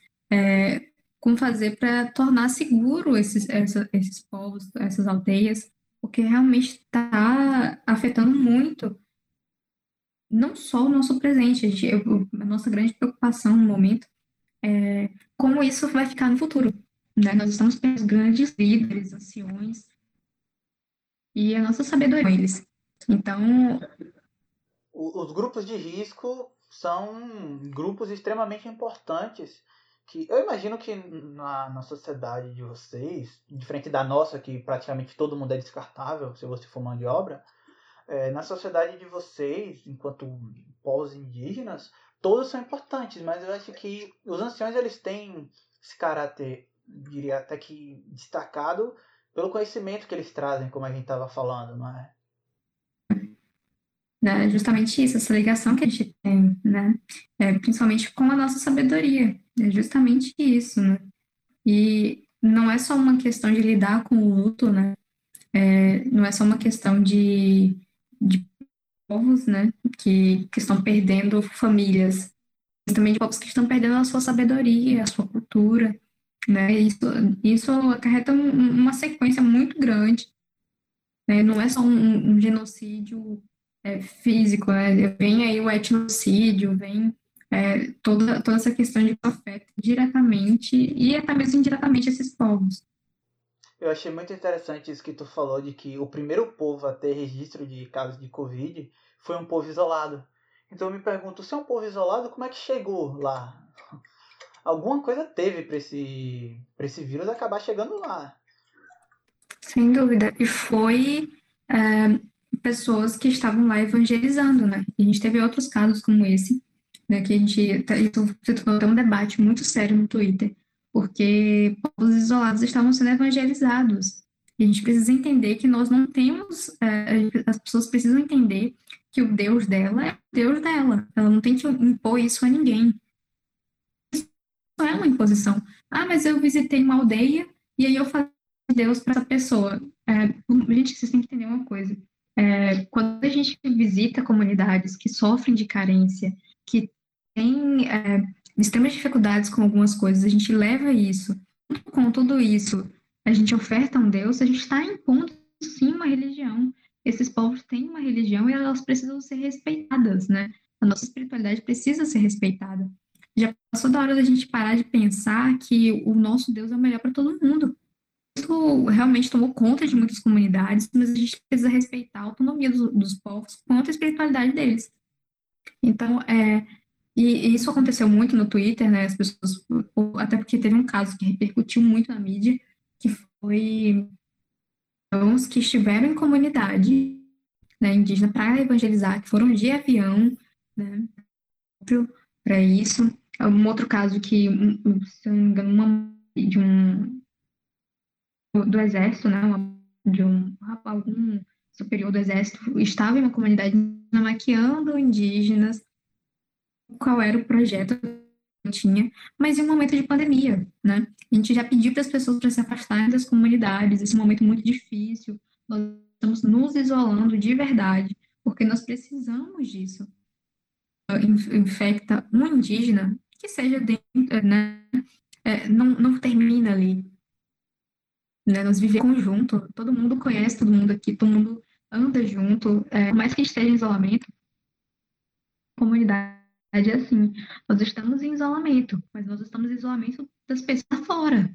como fazer para tornar seguro esses povos, essas aldeias, porque realmente está afetando muito não só o nosso presente, a nossa grande preocupação no momento é como isso vai ficar no futuro, né? Nós estamos com os grandes líderes, anciões, e a nossa sabedoria com eles. Então, Os grupos de risco são grupos extremamente importantes que eu imagino que na sociedade de vocês, diferente da nossa, que praticamente todo mundo é descartável se você for mão de obra, na sociedade de vocês, enquanto povos indígenas, todos são importantes, mas eu acho que os anciões eles têm esse caráter, diria até que destacado pelo conhecimento que eles trazem, como a gente estava falando, não é? né, justamente isso, essa ligação que a gente tem, né? Principalmente com a nossa sabedoria, é justamente isso, né? E não é só uma questão de lidar com o luto, né? Não é só uma questão de povos, né? Que estão perdendo famílias, mas também de povos que estão perdendo a sua sabedoria, a sua cultura, né? Isso acarreta uma sequência muito grande, né? Não é só um genocídio físico, né? Vem aí o etnocídio, vem toda essa questão de que afeta diretamente e até mesmo indiretamente esses povos. Eu achei muito interessante isso que tu falou de que o primeiro povo a ter registro de casos de Covid foi um povo isolado. Então eu me pergunto, se é um povo isolado, como é que chegou lá? Alguma coisa teve para esse vírus acabar chegando lá. Sem dúvida. E foi pessoas que estavam lá evangelizando, né? E a gente teve outros casos como esse, né? Que a gente isso se tornou até um debate muito sério no Twitter, porque povos isolados estavam sendo evangelizados. E a gente precisa entender que nós não temos, as pessoas precisam entender que o Deus dela é o Deus dela. Ela não tem que impor isso a ninguém. Não é uma imposição. Ah, mas eu visitei uma aldeia e aí eu falei de Deus para essa pessoa. Gente, vocês têm que entender uma coisa. Quando a gente visita comunidades que sofrem de carência, que têm extremas dificuldades com algumas coisas, a gente leva isso, com tudo isso, a gente oferta a um Deus, a gente está impondo, sim, uma religião. Esses povos têm uma religião e elas precisam ser respeitadas, né? A nossa espiritualidade precisa ser respeitada. Já passou da hora da gente parar de pensar que o nosso Deus é o melhor para todo mundo. Isso realmente tomou conta de muitas comunidades, mas a gente precisa respeitar a autonomia dos povos quanto a espiritualidade deles. Então, e isso aconteceu muito no Twitter, né? As pessoas, até porque teve um caso que repercutiu muito na mídia, que foi os que estiveram em comunidade, né, indígena para evangelizar, que foram de avião, né, para isso. Um outro caso que, se eu não me engano, de do exército, né, de algum superior do exército estava em uma comunidade maquiando indígenas, qual era o projeto que tinha, mas em um momento de pandemia, né? A gente já pediu para as pessoas para se afastarem das comunidades, esse momento muito difícil, nós estamos nos isolando de verdade, porque nós precisamos disso. Infecta um indígena, que seja dentro, né? Não termina ali, né? Nós vivemos em conjunto, todo mundo conhece todo mundo aqui, todo mundo anda junto, por mais que esteja em isolamento, a comunidade é assim, nós estamos em isolamento, mas nós estamos em isolamento das pessoas fora,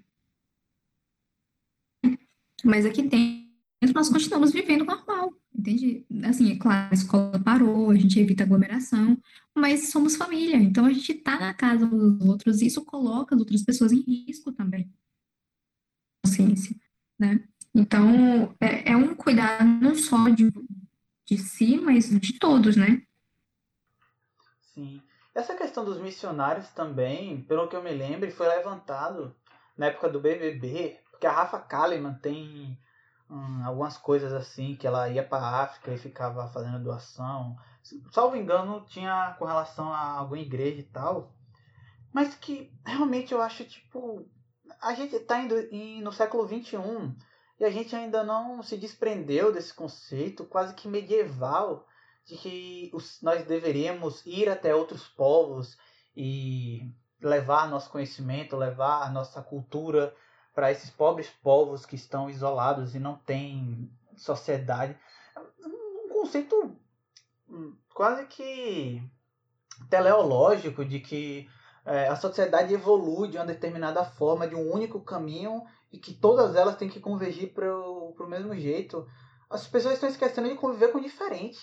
mas aqui dentro nós continuamos vivendo normal, entende? Assim, é claro, a escola parou, a gente evita aglomeração, mas somos família, então a gente está na casa uns dos outros e isso coloca as outras pessoas em risco também, consciência, né? Então, é um cuidado não só de si, mas de todos, né? Sim. Essa questão dos missionários também, pelo que eu me lembro, foi levantado na época do BBB, porque a Rafa Kalimann tem algumas coisas assim, que ela ia para a África e ficava fazendo doação. Salvo engano, tinha com relação a alguma igreja e tal. Mas que realmente eu acho, tipo, a gente está indo no século XXI e a gente ainda não se desprendeu desse conceito quase que medieval de que nós deveríamos ir até outros povos e levar nosso conhecimento, levar a nossa cultura para esses pobres povos que estão isolados e não têm sociedade. Um conceito quase que teleológico de que a sociedade evolui de uma determinada forma, de um único caminho, e que todas elas têm que convergir para o mesmo jeito. As pessoas estão esquecendo de conviver com o diferente.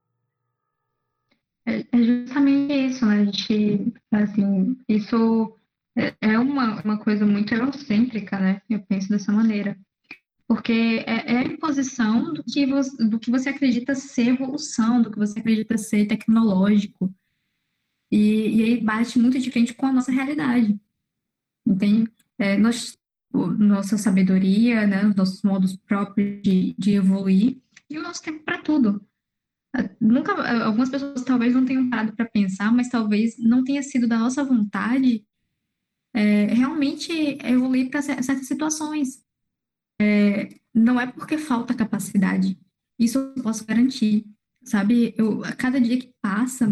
É justamente isso, né? A gente, assim, isso é uma coisa muito eurocêntrica, né? Eu penso dessa maneira. Porque é a imposição do que você acredita ser evolução, do que você acredita ser tecnológico. E aí bate muito de frente com a nossa realidade, entende? Nossa sabedoria, né? Os nossos modos próprios de evoluir e o nosso tempo para tudo. Nunca, algumas pessoas talvez não tenham parado para pensar, mas talvez não tenha sido da nossa vontade realmente evoluir para certas situações. Não é porque falta capacidade. Isso eu posso garantir, sabe? A cada dia que passa,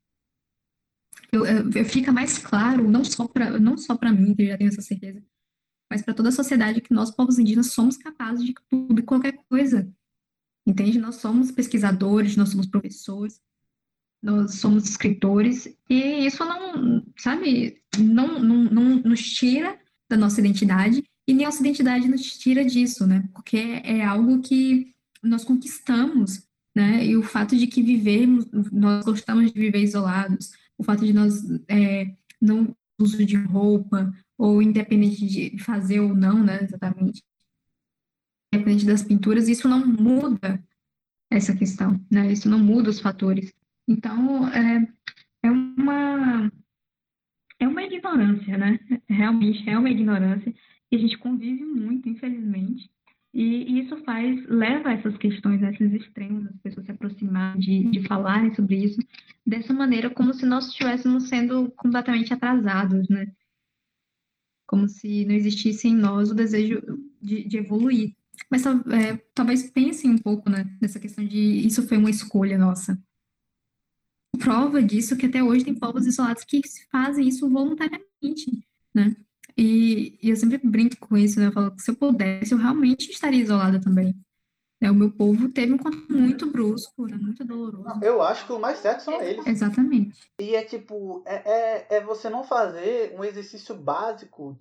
fica mais claro, não só para mim, que eu já tenho essa certeza, mas para toda a sociedade que nós, povos indígenas, somos capazes de tudo e qualquer coisa. Entende? Nós somos pesquisadores, nós somos professores, nós somos escritores, e isso não, sabe, não nos tira da nossa identidade, e nem a nossa identidade nos tira disso, né? Porque é algo que nós conquistamos, né? E o fato de que vivemos, nós gostamos de viver isolados, o fato de nós não uso de roupa, ou independente de fazer ou não, né? Exatamente, independente das pinturas, isso não muda essa questão, né? Isso não muda os fatores. Então, é uma, é uma ignorância, né? Realmente é uma ignorância e a gente convive muito, infelizmente. E isso leva a essas questões, a esses extremos, as pessoas se aproximarem de falarem sobre isso dessa maneira, como se nós estivéssemos sendo completamente atrasados, né? Como se não existisse em nós o desejo de evoluir. Mas talvez pensem um pouco, né, nessa questão de isso foi uma escolha nossa. Prova disso que até hoje tem povos isolados que fazem isso voluntariamente, né? E eu sempre brinco com isso, né? Eu falo que se eu pudesse, eu realmente estaria isolada também. O meu povo teve um contato muito brusco, né? Muito doloroso. Eu acho que o mais certo são eles. Exatamente. E é tipo, é você não fazer um exercício básico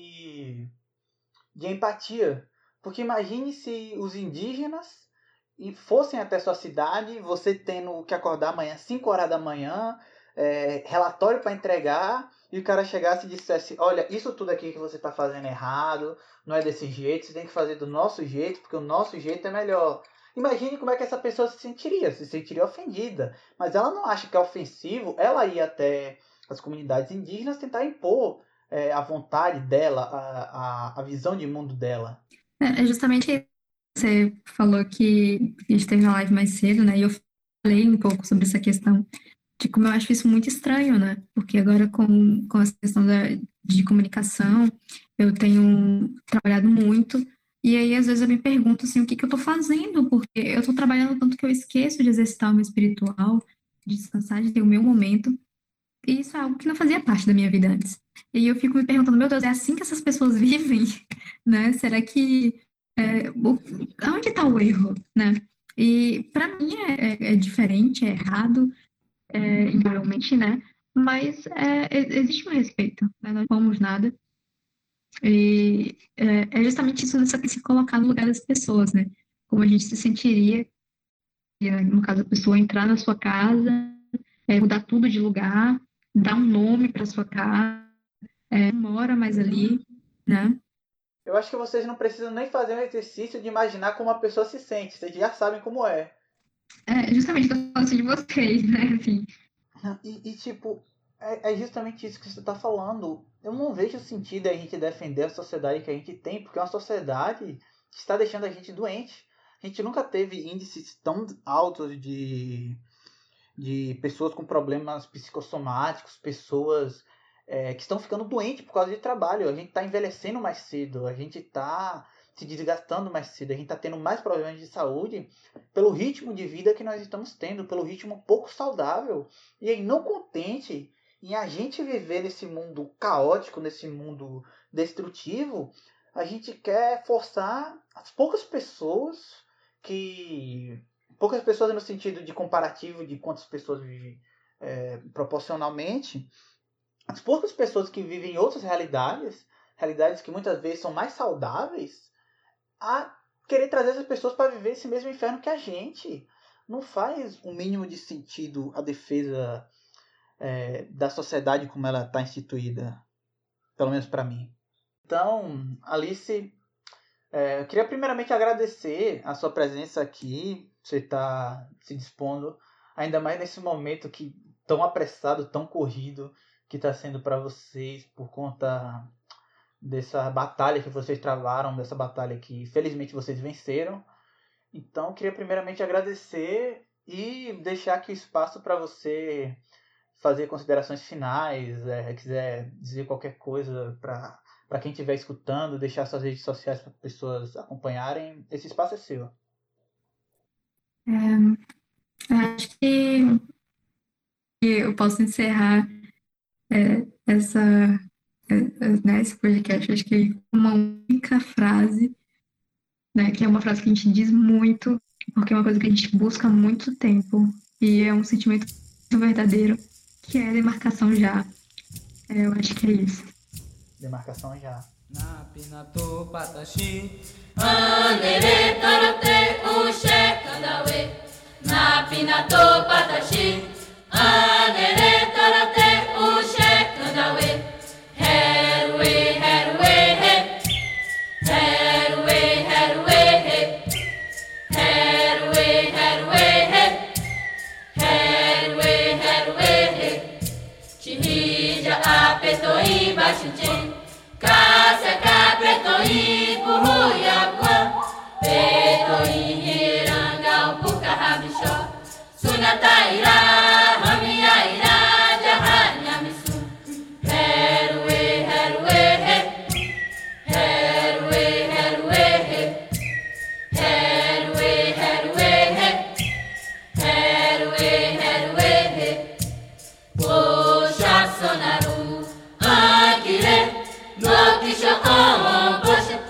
de empatia. Porque imagine se os indígenas fossem até sua cidade, você tendo que acordar amanhã, 5 horas da manhã, relatório para entregar, e o cara chegasse e dissesse, olha, isso tudo aqui que você está fazendo errado, não é desse jeito, você tem que fazer do nosso jeito, porque o nosso jeito é melhor. Imagine como é que essa pessoa se sentiria ofendida. Mas ela não acha que é ofensivo ela ir até as comunidades indígenas tentar impor a vontade dela, a visão de mundo dela. É justamente você falou que a gente teve uma live mais cedo, né? E eu falei um pouco sobre essa questão de como eu acho isso muito estranho, né? Porque agora com essa questão de comunicação, eu tenho trabalhado muito, e aí às vezes eu me pergunto assim, o que que eu tô fazendo? Porque eu tô trabalhando tanto que eu esqueço de exercitar o meu espiritual, de descansar, de ter o meu momento, e isso é algo que não fazia parte da minha vida antes. E aí eu fico me perguntando, meu Deus, é assim que essas pessoas vivem, né? Será que onde está o erro, né? E para mim é diferente, é errado, invariavelmente, né? Mas existe um respeito, né? Nós não somos nada. E justamente isso, se colocar no lugar das pessoas, né? Como a gente se sentiria, no caso, a pessoa entrar na sua casa, mudar tudo de lugar, dar um nome para sua casa, não mora mais ali, né? Eu acho que vocês não precisam nem fazer um exercício de imaginar como a pessoa se sente. Vocês já sabem como é. Justamente, eu falo de vocês, né? Assim, Tipo, é justamente isso que você está falando. Eu não vejo sentido a gente defender a sociedade que a gente tem, porque é uma sociedade que está deixando a gente doente. A gente nunca teve índices tão altos de pessoas com problemas psicossomáticos, pessoas que estão ficando doentes por causa de trabalho. A gente está envelhecendo mais cedo, a gente está se desgastando mais cedo, a gente está tendo mais problemas de saúde pelo ritmo de vida que nós estamos tendo, pelo ritmo pouco saudável. E aí, não contente em a gente viver nesse mundo caótico, nesse mundo destrutivo, a gente quer forçar as poucas pessoas que poucas pessoas no sentido de comparativo de quantas pessoas vivem proporcionalmente, as poucas pessoas que vivem em outras realidades que muitas vezes são mais saudáveis, a querer trazer essas pessoas para viver esse mesmo inferno que a gente. Não faz o mínimo de sentido a defesa da sociedade como ela está instituída, pelo menos para mim. Então, Alice, eu queria primeiramente agradecer a sua presença aqui, você está se dispondo, ainda mais nesse momento tão apressado, tão corrido, que está sendo para vocês por conta dessa batalha que vocês travaram, dessa batalha que felizmente vocês venceram. Então, queria primeiramente agradecer e deixar aqui o espaço para você fazer considerações finais, quiser dizer qualquer coisa para quem estiver escutando, deixar suas redes sociais para pessoas acompanharem. Esse espaço é seu. Acho que eu posso encerrar esse podcast, acho que uma única frase, né, que é uma frase que a gente diz muito, porque é uma coisa que a gente busca há muito tempo, e é um sentimento muito verdadeiro, que é demarcação já. Eu acho que é isso. Demarcação já. Napinato patashi Andere torote ushe kadawe Napinato patashi Andere torote ushe kadawe Herwe herwe he Herwe herwe he Herwe herwe he Herwe herwe he Chihija apetoi bashuchen Kasaka pretoi puhuyaguan Pretoi hirangau pukahabisho Sunataira hamiyaira jahanyamisu Herwe herwe he Herwe herwe he Herwe herwe he Herwe herwe he Poxa sonaru akire no kisho on posha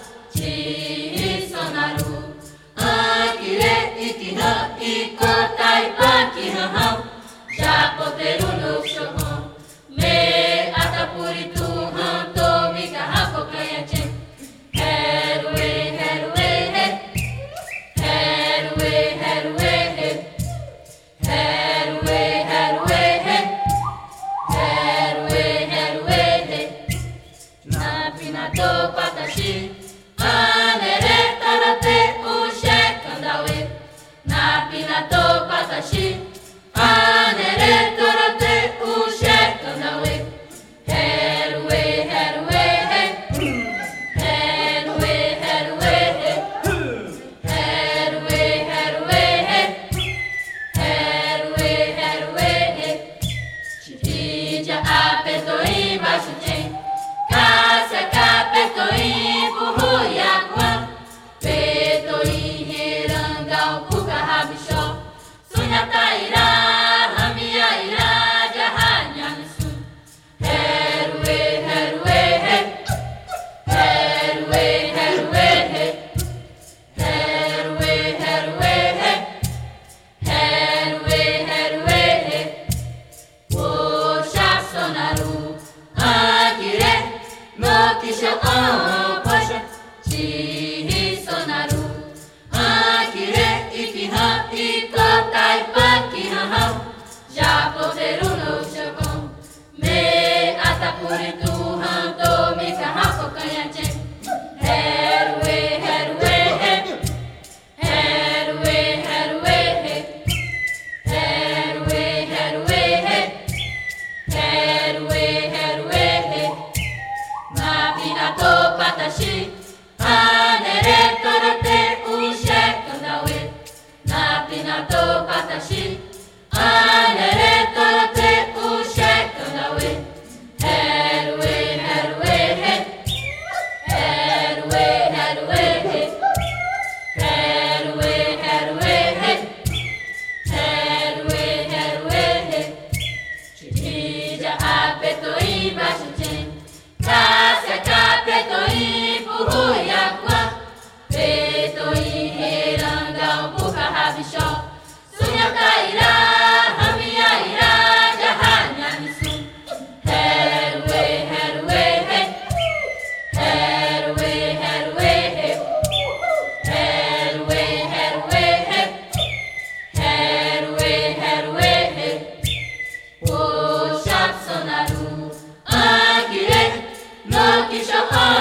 chi sonaru akire ikino ikotai paki hahau japoteru no shohon me atapuritu hanto mikahako kayachen herwe herwe he herwe herwe he herwe herwe he herwe herwe he Napinato patashi Anere tarate ushe kandawe Napinato patashi Anere tarate ushe kandawe Herwe herwe he Herwe herwe he Herwe herwe he Herwe herwe he Chihija apetoi bashuchen Kasaka petoi puhuyaguan Petoi hirangau pukahabisho Sunyataira hamiyaira jahanyamisu Herwe herwe he Herwe herwe he Herwe herwe he Herwe herwe he Poxa sonaru akire no kisho on posha chi sonaru akire ikiha ikotai paki hahau japoteru no shogon me atapuritu hanto mikahako kayachen herwe herwe he herwe herwe he herwe herwe he herwe herwe he Napinato patashi Anere torote ushe kandawe Napinato patashi Anere torote show.